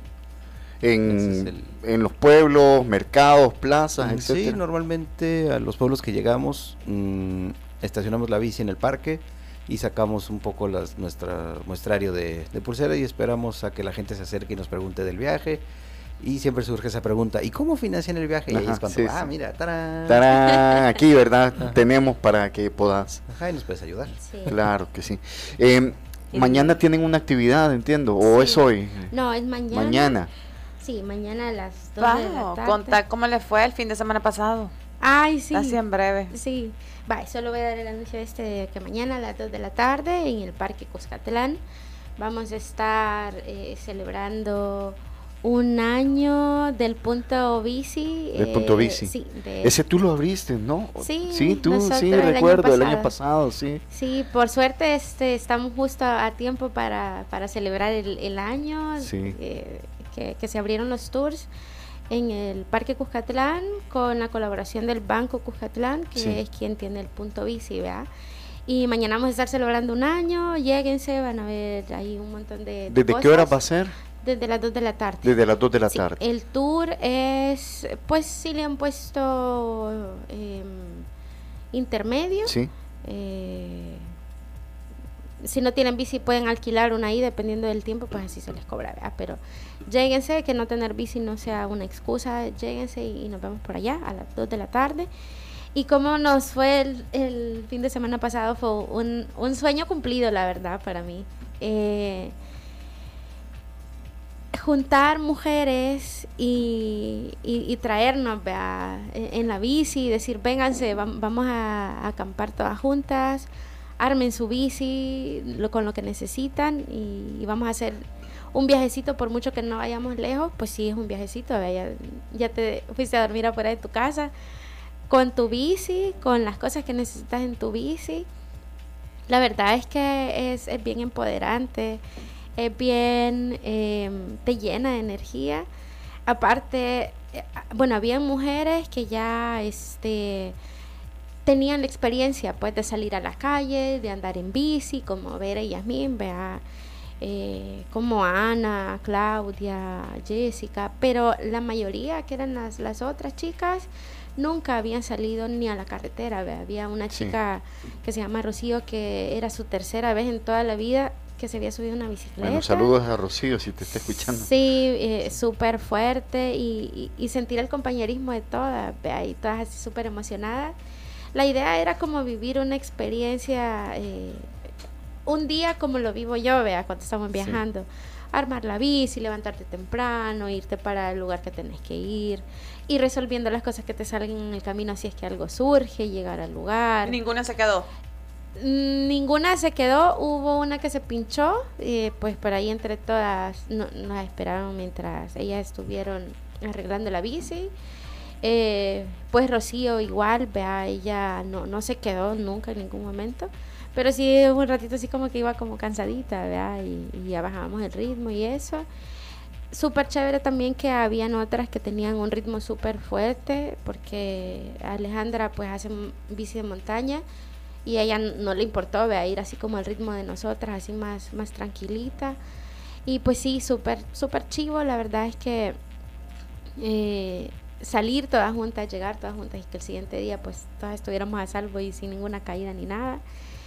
En los pueblos, mercados, plazas, etcétera. Sí, normalmente a los pueblos que llegamos estacionamos la bici en el parque y sacamos un poco nuestra muestrario de pulsera y esperamos a que la gente se acerque y nos pregunte del viaje. Y siempre surge esa pregunta, ¿y cómo financian el viaje? Y ahí es cuando, mira, tarán. Tarán, aquí, ¿verdad? Tenemos para que puedas. Y nos puedes ayudar. Sí. Claro que sí. Mañana tienen una actividad, entiendo, ¿o es hoy? No, es mañana. Mañana. Sí, mañana a las 2 de la tarde. Contá cómo le fue el fin de semana pasado. Ay, sí. Así en breve. Sí. Solo voy a dar el anuncio de que mañana a las 2 de la tarde en el Parque Cuscatlán vamos a estar celebrando un año del punto bici. Del punto bici. Sí. Ese tú lo abriste, ¿no? Sí, tú, sí, recuerdo, el año pasado, sí. Sí, por suerte estamos justo a tiempo para celebrar el año, sí. Que se abrieron los tours en el Parque Cuscatlán con la colaboración del Banco Cuscatlán, que sí. es quien tiene el punto bici, ¿verdad? Y mañana vamos a estar celebrando un año, lléguense, van a ver ahí un montón de ¿Desde cosas. qué hora va a ser? Desde las 2 de la tarde. Desde las 2 de la sí, tarde. El tour es, pues sí le han puesto intermedio. Sí. Si no tienen bici pueden alquilar una ahí, dependiendo del tiempo, pues así se les cobra, ¿verdad? Pero lléguense, que no tener bici no sea una excusa, lléguense y nos vemos por allá a las 2 de la tarde. Y como nos fue el fin de semana pasado, fue un sueño cumplido, la verdad, para mí. Juntar mujeres y traernos, ¿verdad? En la bici, decir, vénganse, vamos a acampar todas juntas, armen su bici con lo que necesitan y vamos a hacer un viajecito. Por mucho que no vayamos lejos, pues sí es un viajecito, ya te fuiste a dormir afuera de tu casa con tu bici, con las cosas que necesitas en tu bici. La verdad es que es bien empoderante, es bien, te llena de energía. Aparte, había mujeres que ya tenían la experiencia, pues, de salir a la calle, de andar en bici, como Vera y Yasmín, como Ana, Claudia, Jessica, pero la mayoría, que eran las otras chicas, nunca habían salido ni a la carretera. Había una chica que se llama Rocío, que era su tercera vez en toda la vida que se había subido una bicicleta. Bueno, saludos a Rocío si te está escuchando. Sí, súper fuerte y sentir el compañerismo de todas, y todas así súper emocionadas. La idea era como vivir una experiencia, un día como lo vivo yo, cuando estamos viajando. armar la bici, levantarte temprano, irte para el lugar que tenés que ir resolviendo las cosas que te salgan en el camino si es que algo surge, llegar al lugar. ¿Ninguna se quedó? Ninguna se quedó, hubo una que se pinchó, pues por ahí entre todas nos esperaron mientras ellas estuvieron arreglando la bici. Pues Rocío igual, vea, ella no se quedó nunca en ningún momento, pero sí un ratito así como que iba como cansadita, vea, y ya bajábamos el ritmo y eso. Súper chévere también que habían otras que tenían un ritmo súper fuerte, porque Alejandra pues hace bici de montaña y a ella no le importó, vea, ir así como al ritmo de nosotras, así más tranquilita. Y pues sí, súper chivo, la verdad es que salir todas juntas, llegar todas juntas y que el siguiente día pues todas estuviéramos a salvo y sin ninguna caída ni nada.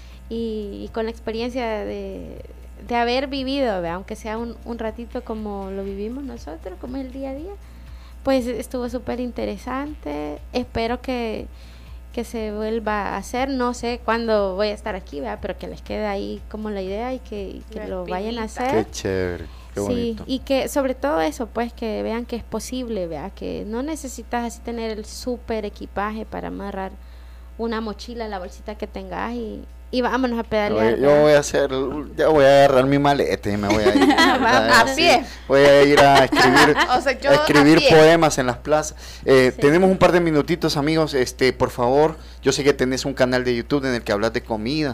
Y con la experiencia de haber vivido, ¿ve? Aunque sea un ratito como lo vivimos nosotros, como es el día a día, pues estuvo súper interesante. Espero que se vuelva a hacer, no sé cuándo voy a estar aquí, ¿verdad? Pero que les quede ahí como la idea y que lo vayan a hacer. Qué chévere, qué bonito. Sí, y que sobre todo eso, pues que vean que es posible, ¿verdad? Que no necesitas así tener el súper equipaje para amarrar una mochila, la bolsita que tengas y vámonos a pedalear. Yo voy a agarrar mi maleta y me voy a ir a pie. Voy a ir a escribir, o sea, a escribir poemas en las plazas. Tenemos un par de minutitos, amigos. Por favor, yo sé que tenés un canal de YouTube en el que hablas de comida.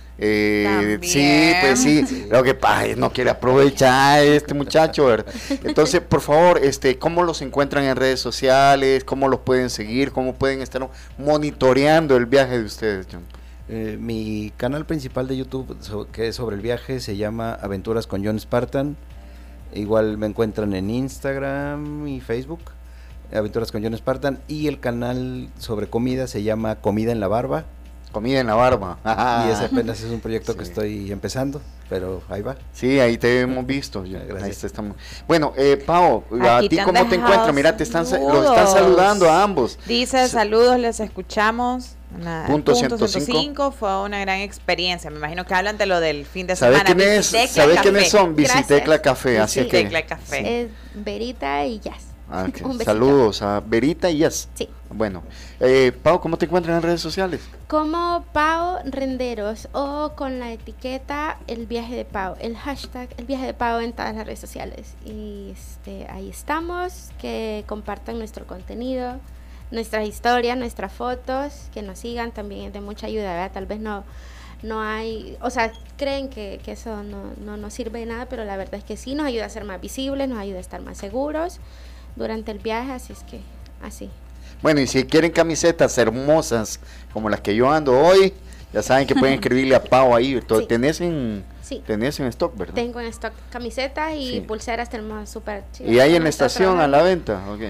Sí, pues sí, lo que pasa es no quiere aprovechar este muchacho, ¿verdad? Entonces, por favor, ¿cómo los encuentran en redes sociales? ¿Cómo los pueden seguir? ¿Cómo pueden estar monitoreando el viaje de ustedes, John? Mi canal principal de YouTube, que es sobre el viaje, se llama Aventuras con John Spartan. Igual me encuentran en Instagram y Facebook, Aventuras con John Spartan. Y el canal sobre comida se llama Comida en la Barba. Comida en la Barba. Y ese apenas es un proyecto que estoy empezando, pero ahí va. Sí, ahí te hemos visto. Ahí estamos. Bueno, Pau, ¿a ti cómo te encuentras? Mira, lo están saludando a ambos. Dice, saludos, les escuchamos. Punto 105 fue una gran experiencia. Me imagino que hablan de lo del fin de semana. ¿Sabes quiénes son? Visitecla Café. Así es que Visitecla Café. Es Verita y Jazz. Okay. Saludos a Verita y Jazz. Sí. Bueno, Pau, ¿cómo te encuentras en redes sociales? Como Pau Renderos o con la etiqueta El Viaje de Pau, el hashtag El Viaje de Pau en todas las redes sociales. Y ahí estamos, que compartan nuestro contenido, nuestras historias, nuestras fotos, que nos sigan, también es de mucha ayuda, ¿verdad? Tal vez no hay, o sea, creen que eso no nos sirve de nada, pero la verdad es que sí nos ayuda a ser más visibles, nos ayuda a estar más seguros durante el viaje, así es que así. Bueno, y si quieren camisetas hermosas como las que yo ando hoy, ya saben que pueden escribirle a Pau ahí. Sí. ¿Tenés en stock, verdad? Tengo en stock camisetas y pulseras, tenemos súper chidas. ¿Y hay en la estación a la venta? Okay.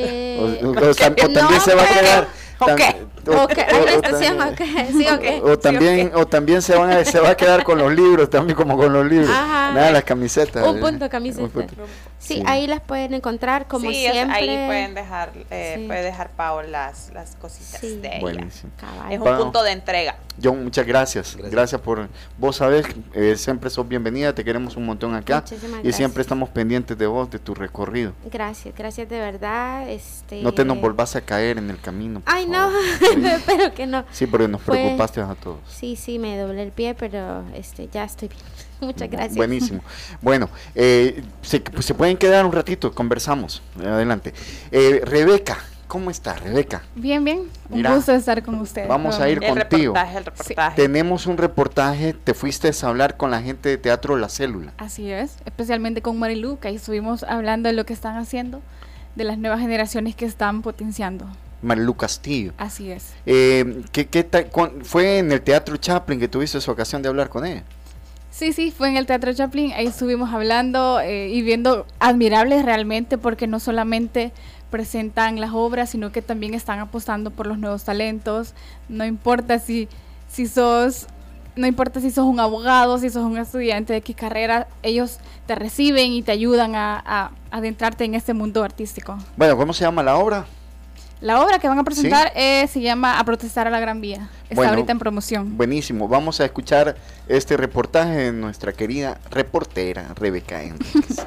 O también se va a quedar... O también se va a quedar con los libros, también como con los libros. Ajá. Nada, las camisetas. Un punto camiseta. Sí, ahí las pueden encontrar como siempre. Ahí pueden dejar, puede dejar Pau las cositas de ella. Buenísimo. Es un punto de entrega. John, muchas gracias. Gracias por, vos sabés, siempre sos bienvenida, te queremos un montón acá. Muchísimas y gracias. Siempre estamos pendientes de vos, de tu recorrido. Gracias de verdad. No te nos volvás a caer en el camino. Ay, no, espero que no. Sí, porque nos preocupaste a todos. Sí, me doblé el pie, pero ya estoy bien. Muchas gracias. Buenísimo. Bueno, se pueden quedar un ratito, conversamos. Adelante. Rebeca, ¿cómo está, Rebeca? Bien. Mira, un gusto estar con ustedes. Vamos a ir contigo. El reportaje. Tenemos un reportaje, te fuiste a hablar con la gente de Teatro La Célula. Así es, especialmente con Marilu, que ahí estuvimos hablando de lo que están haciendo, de las nuevas generaciones que están potenciando. Marilu Castillo. Así es. ¿Fue en el Teatro Chaplin que tuviste esa ocasión de hablar con ella? Sí, fue en el Teatro Chaplin, ahí estuvimos hablando y viendo admirables realmente, porque no solamente presentan las obras, sino que también están apostando por los nuevos talentos. No importa si sos un abogado, si sos un estudiante de qué carrera, ellos te reciben y te ayudan a adentrarte en este mundo artístico. Bueno, ¿cómo se llama la obra? La obra que van a presentar se llama A protestar a la Gran Vía. Está ahorita en promoción. Buenísimo. Vamos a escuchar este reportaje de nuestra querida reportera Rebeca Enríquez.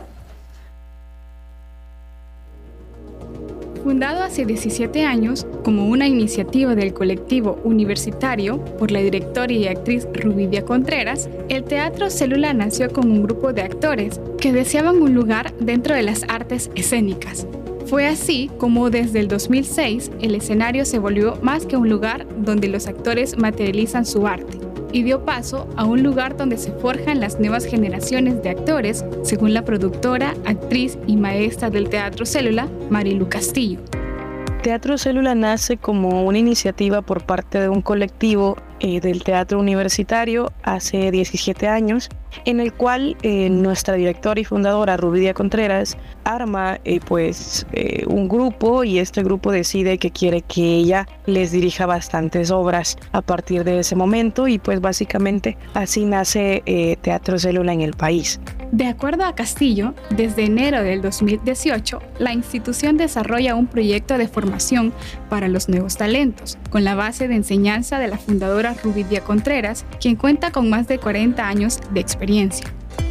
Fundado hace 17 años como una iniciativa del colectivo universitario por la directora y actriz Rubidia Contreras, el Teatro Célula nació con un grupo de actores que deseaban un lugar dentro de las artes escénicas. Fue así como desde el 2006 el escenario se volvió más que un lugar donde los actores materializan su arte y dio paso a un lugar donde se forjan las nuevas generaciones de actores, según la productora, actriz y maestra del Teatro Célula, Marilu Castillo. Teatro Célula nace como una iniciativa por parte de un colectivo del teatro universitario hace 17 años, en el cual nuestra directora y fundadora Rubidia Contreras arma un grupo, y este grupo decide que quiere que ella les dirija bastantes obras a partir de ese momento, y pues básicamente así nace Teatro Célula en el país. De acuerdo a Castillo, desde enero del 2018, la institución desarrolla un proyecto de formación para los nuevos talentos, con la base de enseñanza de la fundadora Rubidia Contreras, quien cuenta con más de 40 años de experiencia.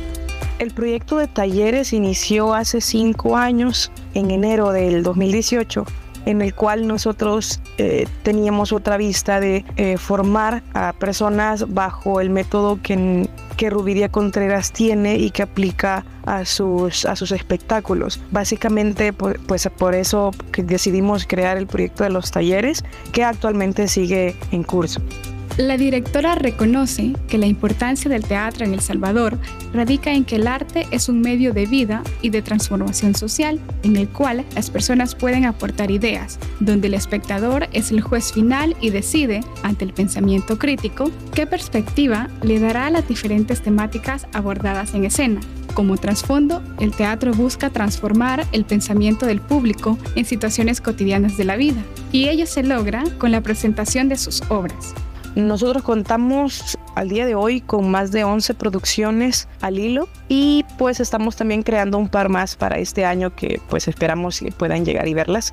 El proyecto de talleres inició hace 5 años, en enero del 2018, en el cual nosotros teníamos otra vista de formar a personas bajo el método que Rubidia Contreras tiene y que aplica a sus espectáculos. Básicamente, pues por eso que decidimos crear el proyecto de los talleres, que actualmente sigue en curso. La directora reconoce que la importancia del teatro en El Salvador radica en que el arte es un medio de vida y de transformación social, en el cual las personas pueden aportar ideas, donde el espectador es el juez final y decide, ante el pensamiento crítico, qué perspectiva le dará a las diferentes temáticas abordadas en escena. Como trasfondo, el teatro busca transformar el pensamiento del público en situaciones cotidianas de la vida, y ello se logra con la presentación de sus obras. Nosotros contamos al día de hoy con más de 11 producciones al hilo, y pues estamos también creando un par más para este año que pues esperamos que puedan llegar y verlas,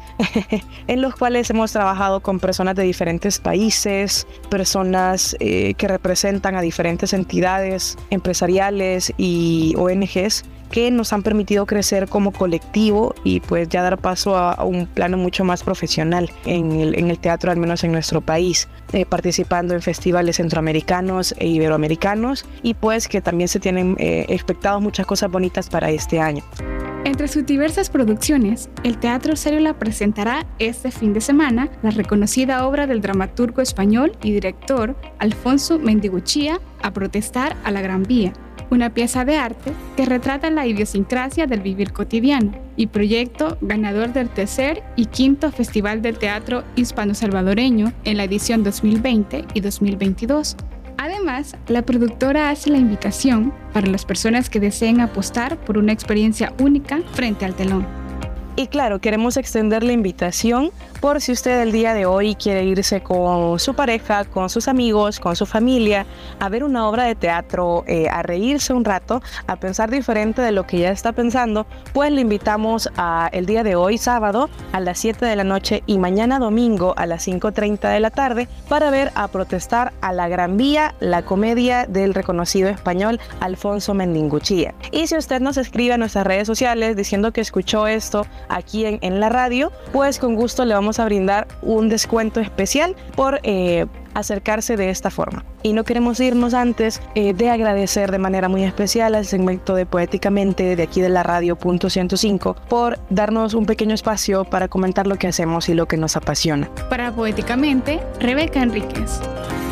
en los cuales hemos trabajado con personas de diferentes países, personas que representan a diferentes entidades empresariales y ONGs que nos han permitido crecer como colectivo y pues ya dar paso a un plano mucho más profesional en el teatro, al menos en nuestro país, participando en festivales centroamericanos e iberoamericanos, y pues que también se tienen expectados muchas cosas bonitas para este año. Entre sus diversas producciones, el Teatro Célula presentará este fin de semana la reconocida obra del dramaturgo español y director Alfonso Mendiguchía, A protestar a la Gran Vía, una pieza de arte que retrata la idiosincrasia del vivir cotidiano y proyecto ganador del tercer y quinto Festival del Teatro Hispano-Salvadoreño en la edición 2020 y 2022. Además, la productora hace la invitación para las personas que deseen apostar por una experiencia única frente al telón. Y claro, queremos extender la invitación por si usted el día de hoy quiere irse con su pareja, con sus amigos, con su familia, a ver una obra de teatro, a reírse un rato, a pensar diferente de lo que ya está pensando, pues le invitamos el día de hoy, sábado, a las 7 de la noche y mañana domingo a las 5:30 de la tarde para ver A protestar a la Gran Vía, la comedia del reconocido español Alfonso Mendiguchía. Y si usted nos escribe a nuestras redes sociales diciendo que escuchó esto aquí en la radio, pues con gusto le vamos a brindar un descuento especial por acercarse de esta forma. Y no queremos irnos antes de agradecer de manera muy especial al segmento de Poéticamente de aquí de la radio Punto 105 por darnos un pequeño espacio para comentar lo que hacemos y lo que nos apasiona. Para Poéticamente, Rebeca Enríquez.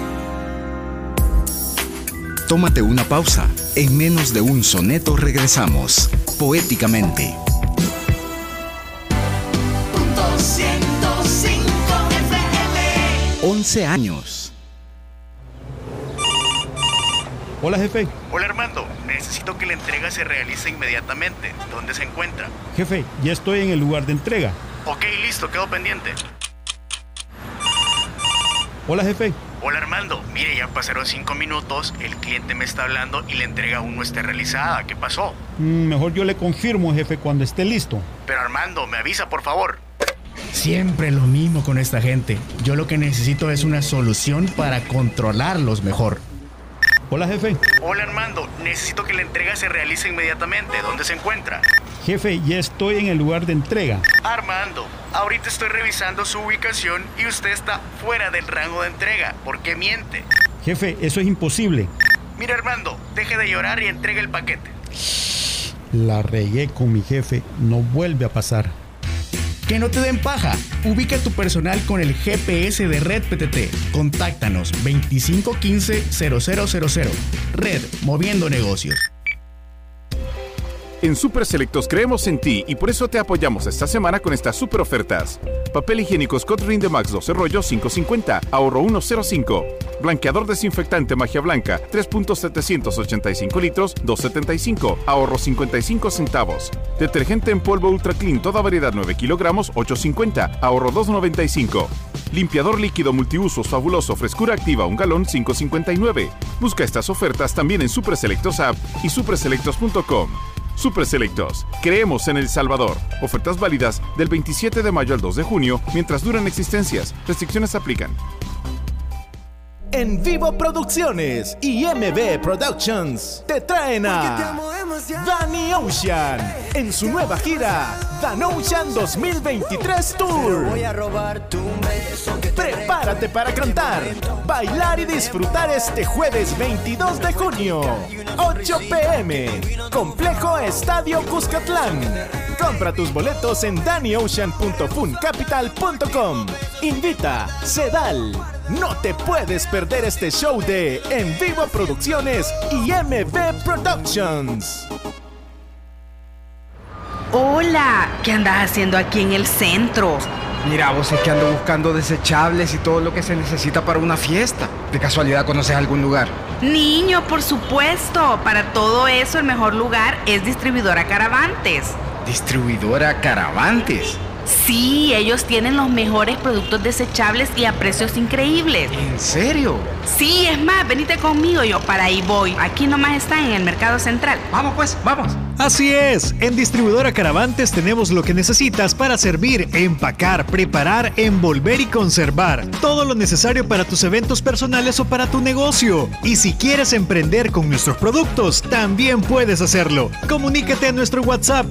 Tómate una pausa. En menos de un soneto regresamos. Poéticamente. 11 años. Hola, jefe. Hola, Armando. Necesito que la entrega se realice inmediatamente. ¿Dónde se encuentra? Jefe, ya estoy en el lugar de entrega. Ok, listo, quedo pendiente. Hola, jefe. Hola, Armando. Mire, ya pasaron 5 minutos, el cliente me está hablando y la entrega aún no está realizada. ¿Qué pasó? Mejor yo le confirmo, jefe, cuando esté listo. Pero, Armando, me avisa, por favor. Siempre lo mismo con esta gente. Yo lo que necesito es una solución para controlarlos mejor. Hola, jefe. Hola, Armando. Necesito que la entrega se realice inmediatamente. ¿Dónde se encuentra? Jefe, ya estoy en el lugar de entrega. Armando, ahorita estoy revisando su ubicación y usted está fuera del rango de entrega. ¿Por qué miente? Jefe, eso es imposible. Mira, Armando, deje de llorar y entregue el paquete. La regué con mi jefe. No vuelve a pasar. Que no te den paja. Ubica tu personal con el GPS de Red PTT. Contáctanos 2515-0000. Red, moviendo negocios. En Super Selectos creemos en ti y por eso te apoyamos esta semana con estas super ofertas. Papel higiénico Scott Rinde Max 12 rollos 5.50, ahorro 1.05. Blanqueador desinfectante Magia Blanca 3.785 litros 2.75, ahorro 55 centavos. Detergente en polvo Ultra Clean toda variedad 9 kilogramos 8.50, ahorro 2.95. Limpiador líquido multiusos fabuloso frescura activa 1 galón 5.59. Busca estas ofertas también en Super Selectos App y superselectos.com. Super Selectos. Creemos en El Salvador. Ofertas válidas del 27 de mayo al 2 de junio mientras duran existencias. Restricciones aplican. En Vivo Producciones y MB Productions te traen a Danny Ocean en su nueva gira Dan Ocean 2023 Tour. Prepárate para cantar, bailar y disfrutar este jueves 22 de junio, 8 p.m. Complejo Estadio Cuscatlán. Compra tus boletos en dannyocean.funcapital.com. Invita Sedal. No te puedes perder este show de En Vivo Producciones y MB Productions. Hola, ¿qué andas haciendo aquí en el centro? Mira, vos es que ando buscando desechables y todo lo que se necesita para una fiesta. ¿De casualidad conoces algún lugar? Niño, por supuesto. Para todo eso el mejor lugar es Distribuidora Caravantes. ¿Distribuidora Caravantes? Sí, ellos tienen los mejores productos desechables y a precios increíbles. ¿En serio? Sí, es más, venite conmigo, yo para ahí voy. Aquí nomás están en el Mercado Central. Vamos pues, vamos. Así es, en Distribuidora Caravantes tenemos lo que necesitas para servir, empacar, preparar, envolver y conservar. Todo lo necesario para tus eventos personales o para tu negocio. Y si quieres emprender con nuestros productos, también puedes hacerlo. Comunícate a nuestro WhatsApp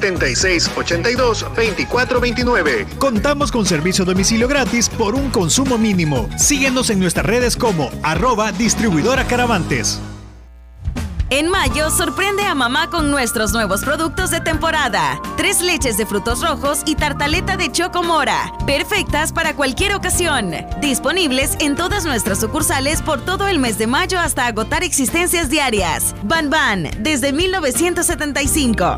7682-2429. Contamos con servicio a domicilio gratis por un consumo mínimo. Síguenos en nuestras redes como @Distribuidora Caravantes. En mayo, sorprende a mamá con nuestros nuevos productos de temporada. 3 leches de frutos rojos y tartaleta de choco mora. Perfectas para cualquier ocasión. Disponibles en todas nuestras sucursales por todo el mes de mayo hasta agotar existencias diarias. Ban Ban, desde 1975.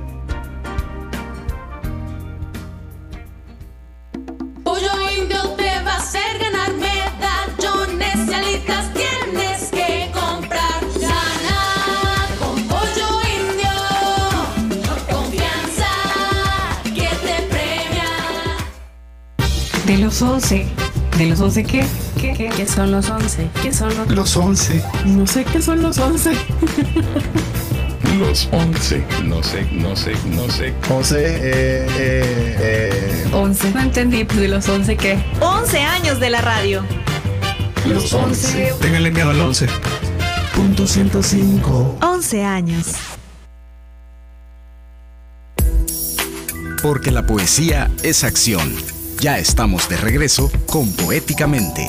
Pollo Indio te va a hacer ganar medallones y alitas tienes que comprar. De los 11. ¿De los 11 qué? ¿Qué son los 11? ¿Qué son los 11? No sé qué son los 11. Los 11. No sé. 11. No entendí, pues de los 11 qué. 11 años de la radio. Los 11. Ténganle miedo al 11. Punto 105. 11 años. Porque la poesía es acción. Ya estamos de regreso con Poéticamente.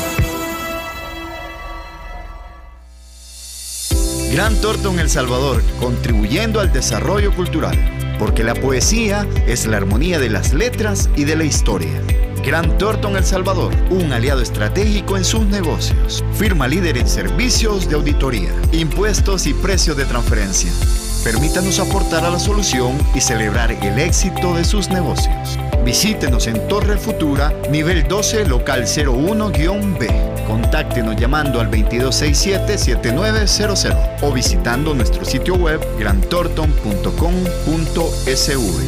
Gran Thornton El Salvador, contribuyendo al desarrollo cultural, porque la poesía es la armonía de las letras y de la historia. Gran Thornton El Salvador, un aliado estratégico en sus negocios. Firma líder en servicios de auditoría, impuestos y precios de transferencia. Permítanos aportar a la solución y celebrar el éxito de sus negocios. Visítenos en Torre Futura, nivel 12, local 01-B. Contáctenos llamando al 2267-7900 o visitando nuestro sitio web granthornton.com.sv.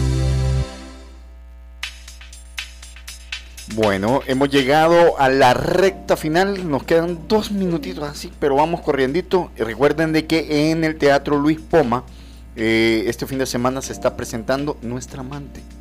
Bueno, hemos llegado a la recta final, nos quedan 2 minutitos así, pero vamos corriendito. Recuerden de que en el Teatro Luis Poma, este fin de semana se está presentando Nuestra Amante.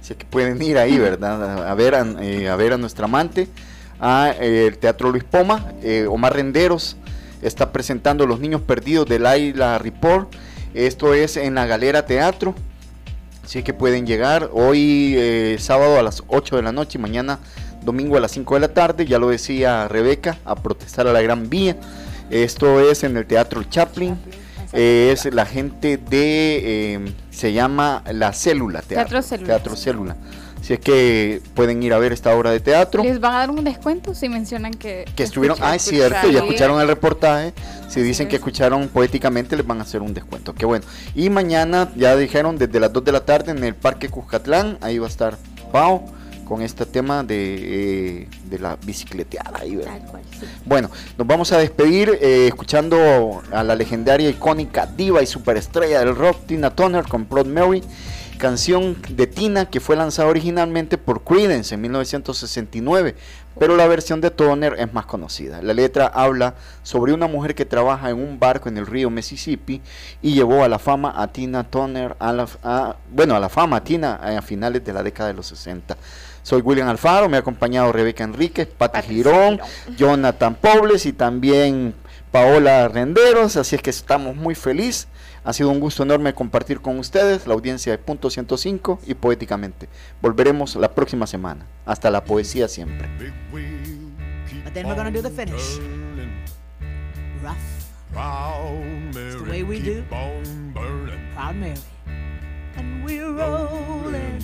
Así que pueden ir ahí, ¿verdad? A ver a nuestra amante, el Teatro Luis Poma. Omar Renderos está presentando Los Niños Perdidos de Laila Ripoll. Esto es en la Galera Teatro. Así que pueden llegar hoy sábado a las 8 de la noche y mañana domingo a las 5 de la tarde. Ya lo decía Rebeca, a protestar a la Gran Vía. Esto es en el Teatro Chaplin. Es la gente de, se llama La Célula Teatro Célula. Así es que pueden ir a ver esta obra de teatro. ¿Les van a dar un descuento si mencionan que estuvieron? Es cierto, ya escucharon el reportaje. Si dicen que escucharon poéticamente, les van a hacer un descuento. Qué bueno. Y mañana, ya dijeron, desde las 2 de la tarde en el Parque Cuscatlán, ahí va a estar Pau con este tema de la bicicleteada. Ahí, ¿verdad? Tal cual, sí. Bueno, nos vamos a despedir escuchando a la legendaria, icónica diva y superestrella del rock, Tina Turner, con Proud Mary. Canción de Tina que fue lanzada originalmente por Creedence en 1969, pero la versión de Turner es más conocida. La letra habla sobre una mujer que trabaja en un barco en el río Mississippi y llevó a la fama a Tina Turner, a la fama a Tina a finales de la década de los 60. Soy William Alfaro, me ha acompañado Rebeca Enríquez, Pati Girón, Jonathan Pobles y también Paola Renderos, así es que estamos muy felices. Ha sido un gusto enorme compartir con ustedes, la audiencia de Punto 105 y Poéticamente. Volveremos la próxima semana. Hasta la poesía siempre. But then we're gonna do the finish. Rough. It's the way we do. Proud Mary. And we're rolling,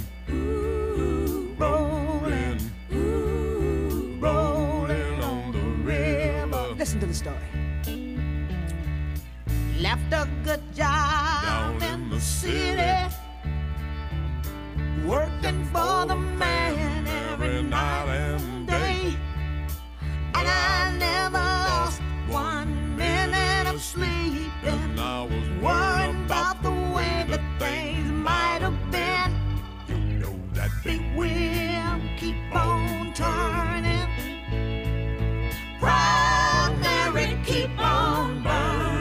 rolling, rolling on the river. Listen to the story. Left a good job down in the city, working for the man every night and day. And I never lost 1 minute of sleep, and I was worrying about the way that things might have been. You know that big wheel keep on turning. Proud Mary, keep on burning.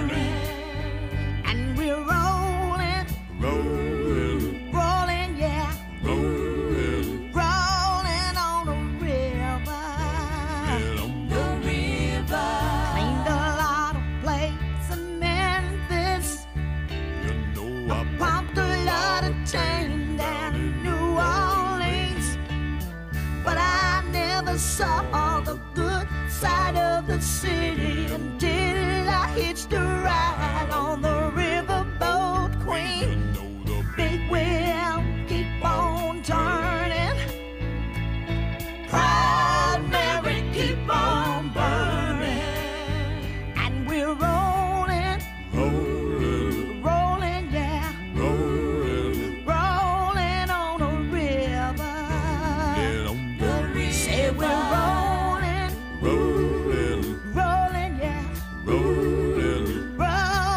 Rolling, rolling, yeah, rolling, rolling on the river, the river. Cleaned a lot of plates in Memphis. You know I pumped a lot of chain down in New Orleans, but I never saw the good side of the city until I hitched a ride on the riverboat Queen. Big wheel keep on turning. Proud Mary, keep on burning. And we're rolling, rolling, rolling, yeah, rolling, rolling on the river. The river. Say we're rolling, rolling, rolling, yeah, rolling, rolling.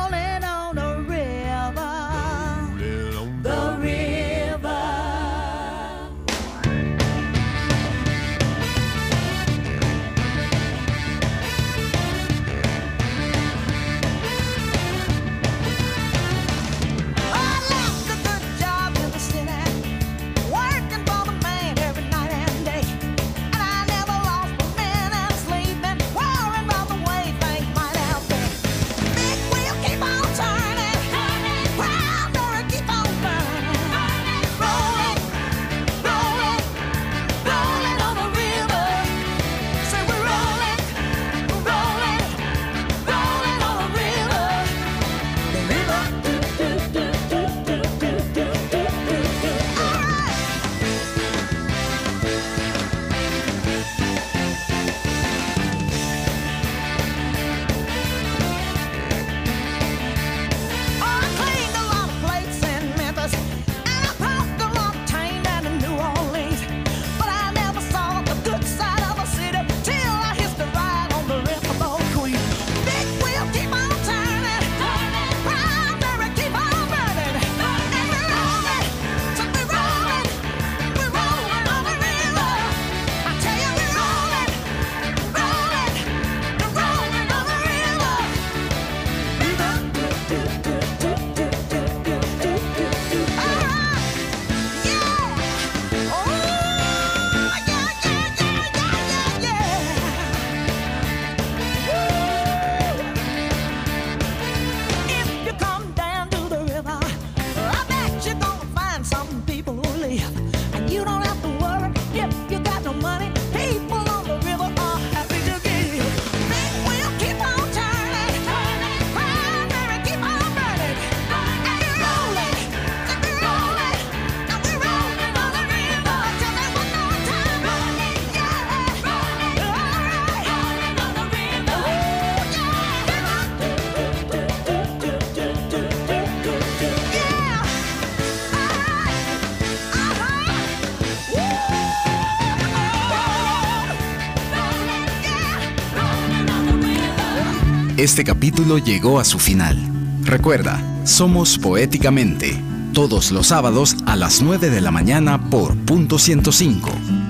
Este capítulo llegó a su final. Recuerda, somos Poéticamente, todos los sábados a las 9 de la mañana por Punto 105.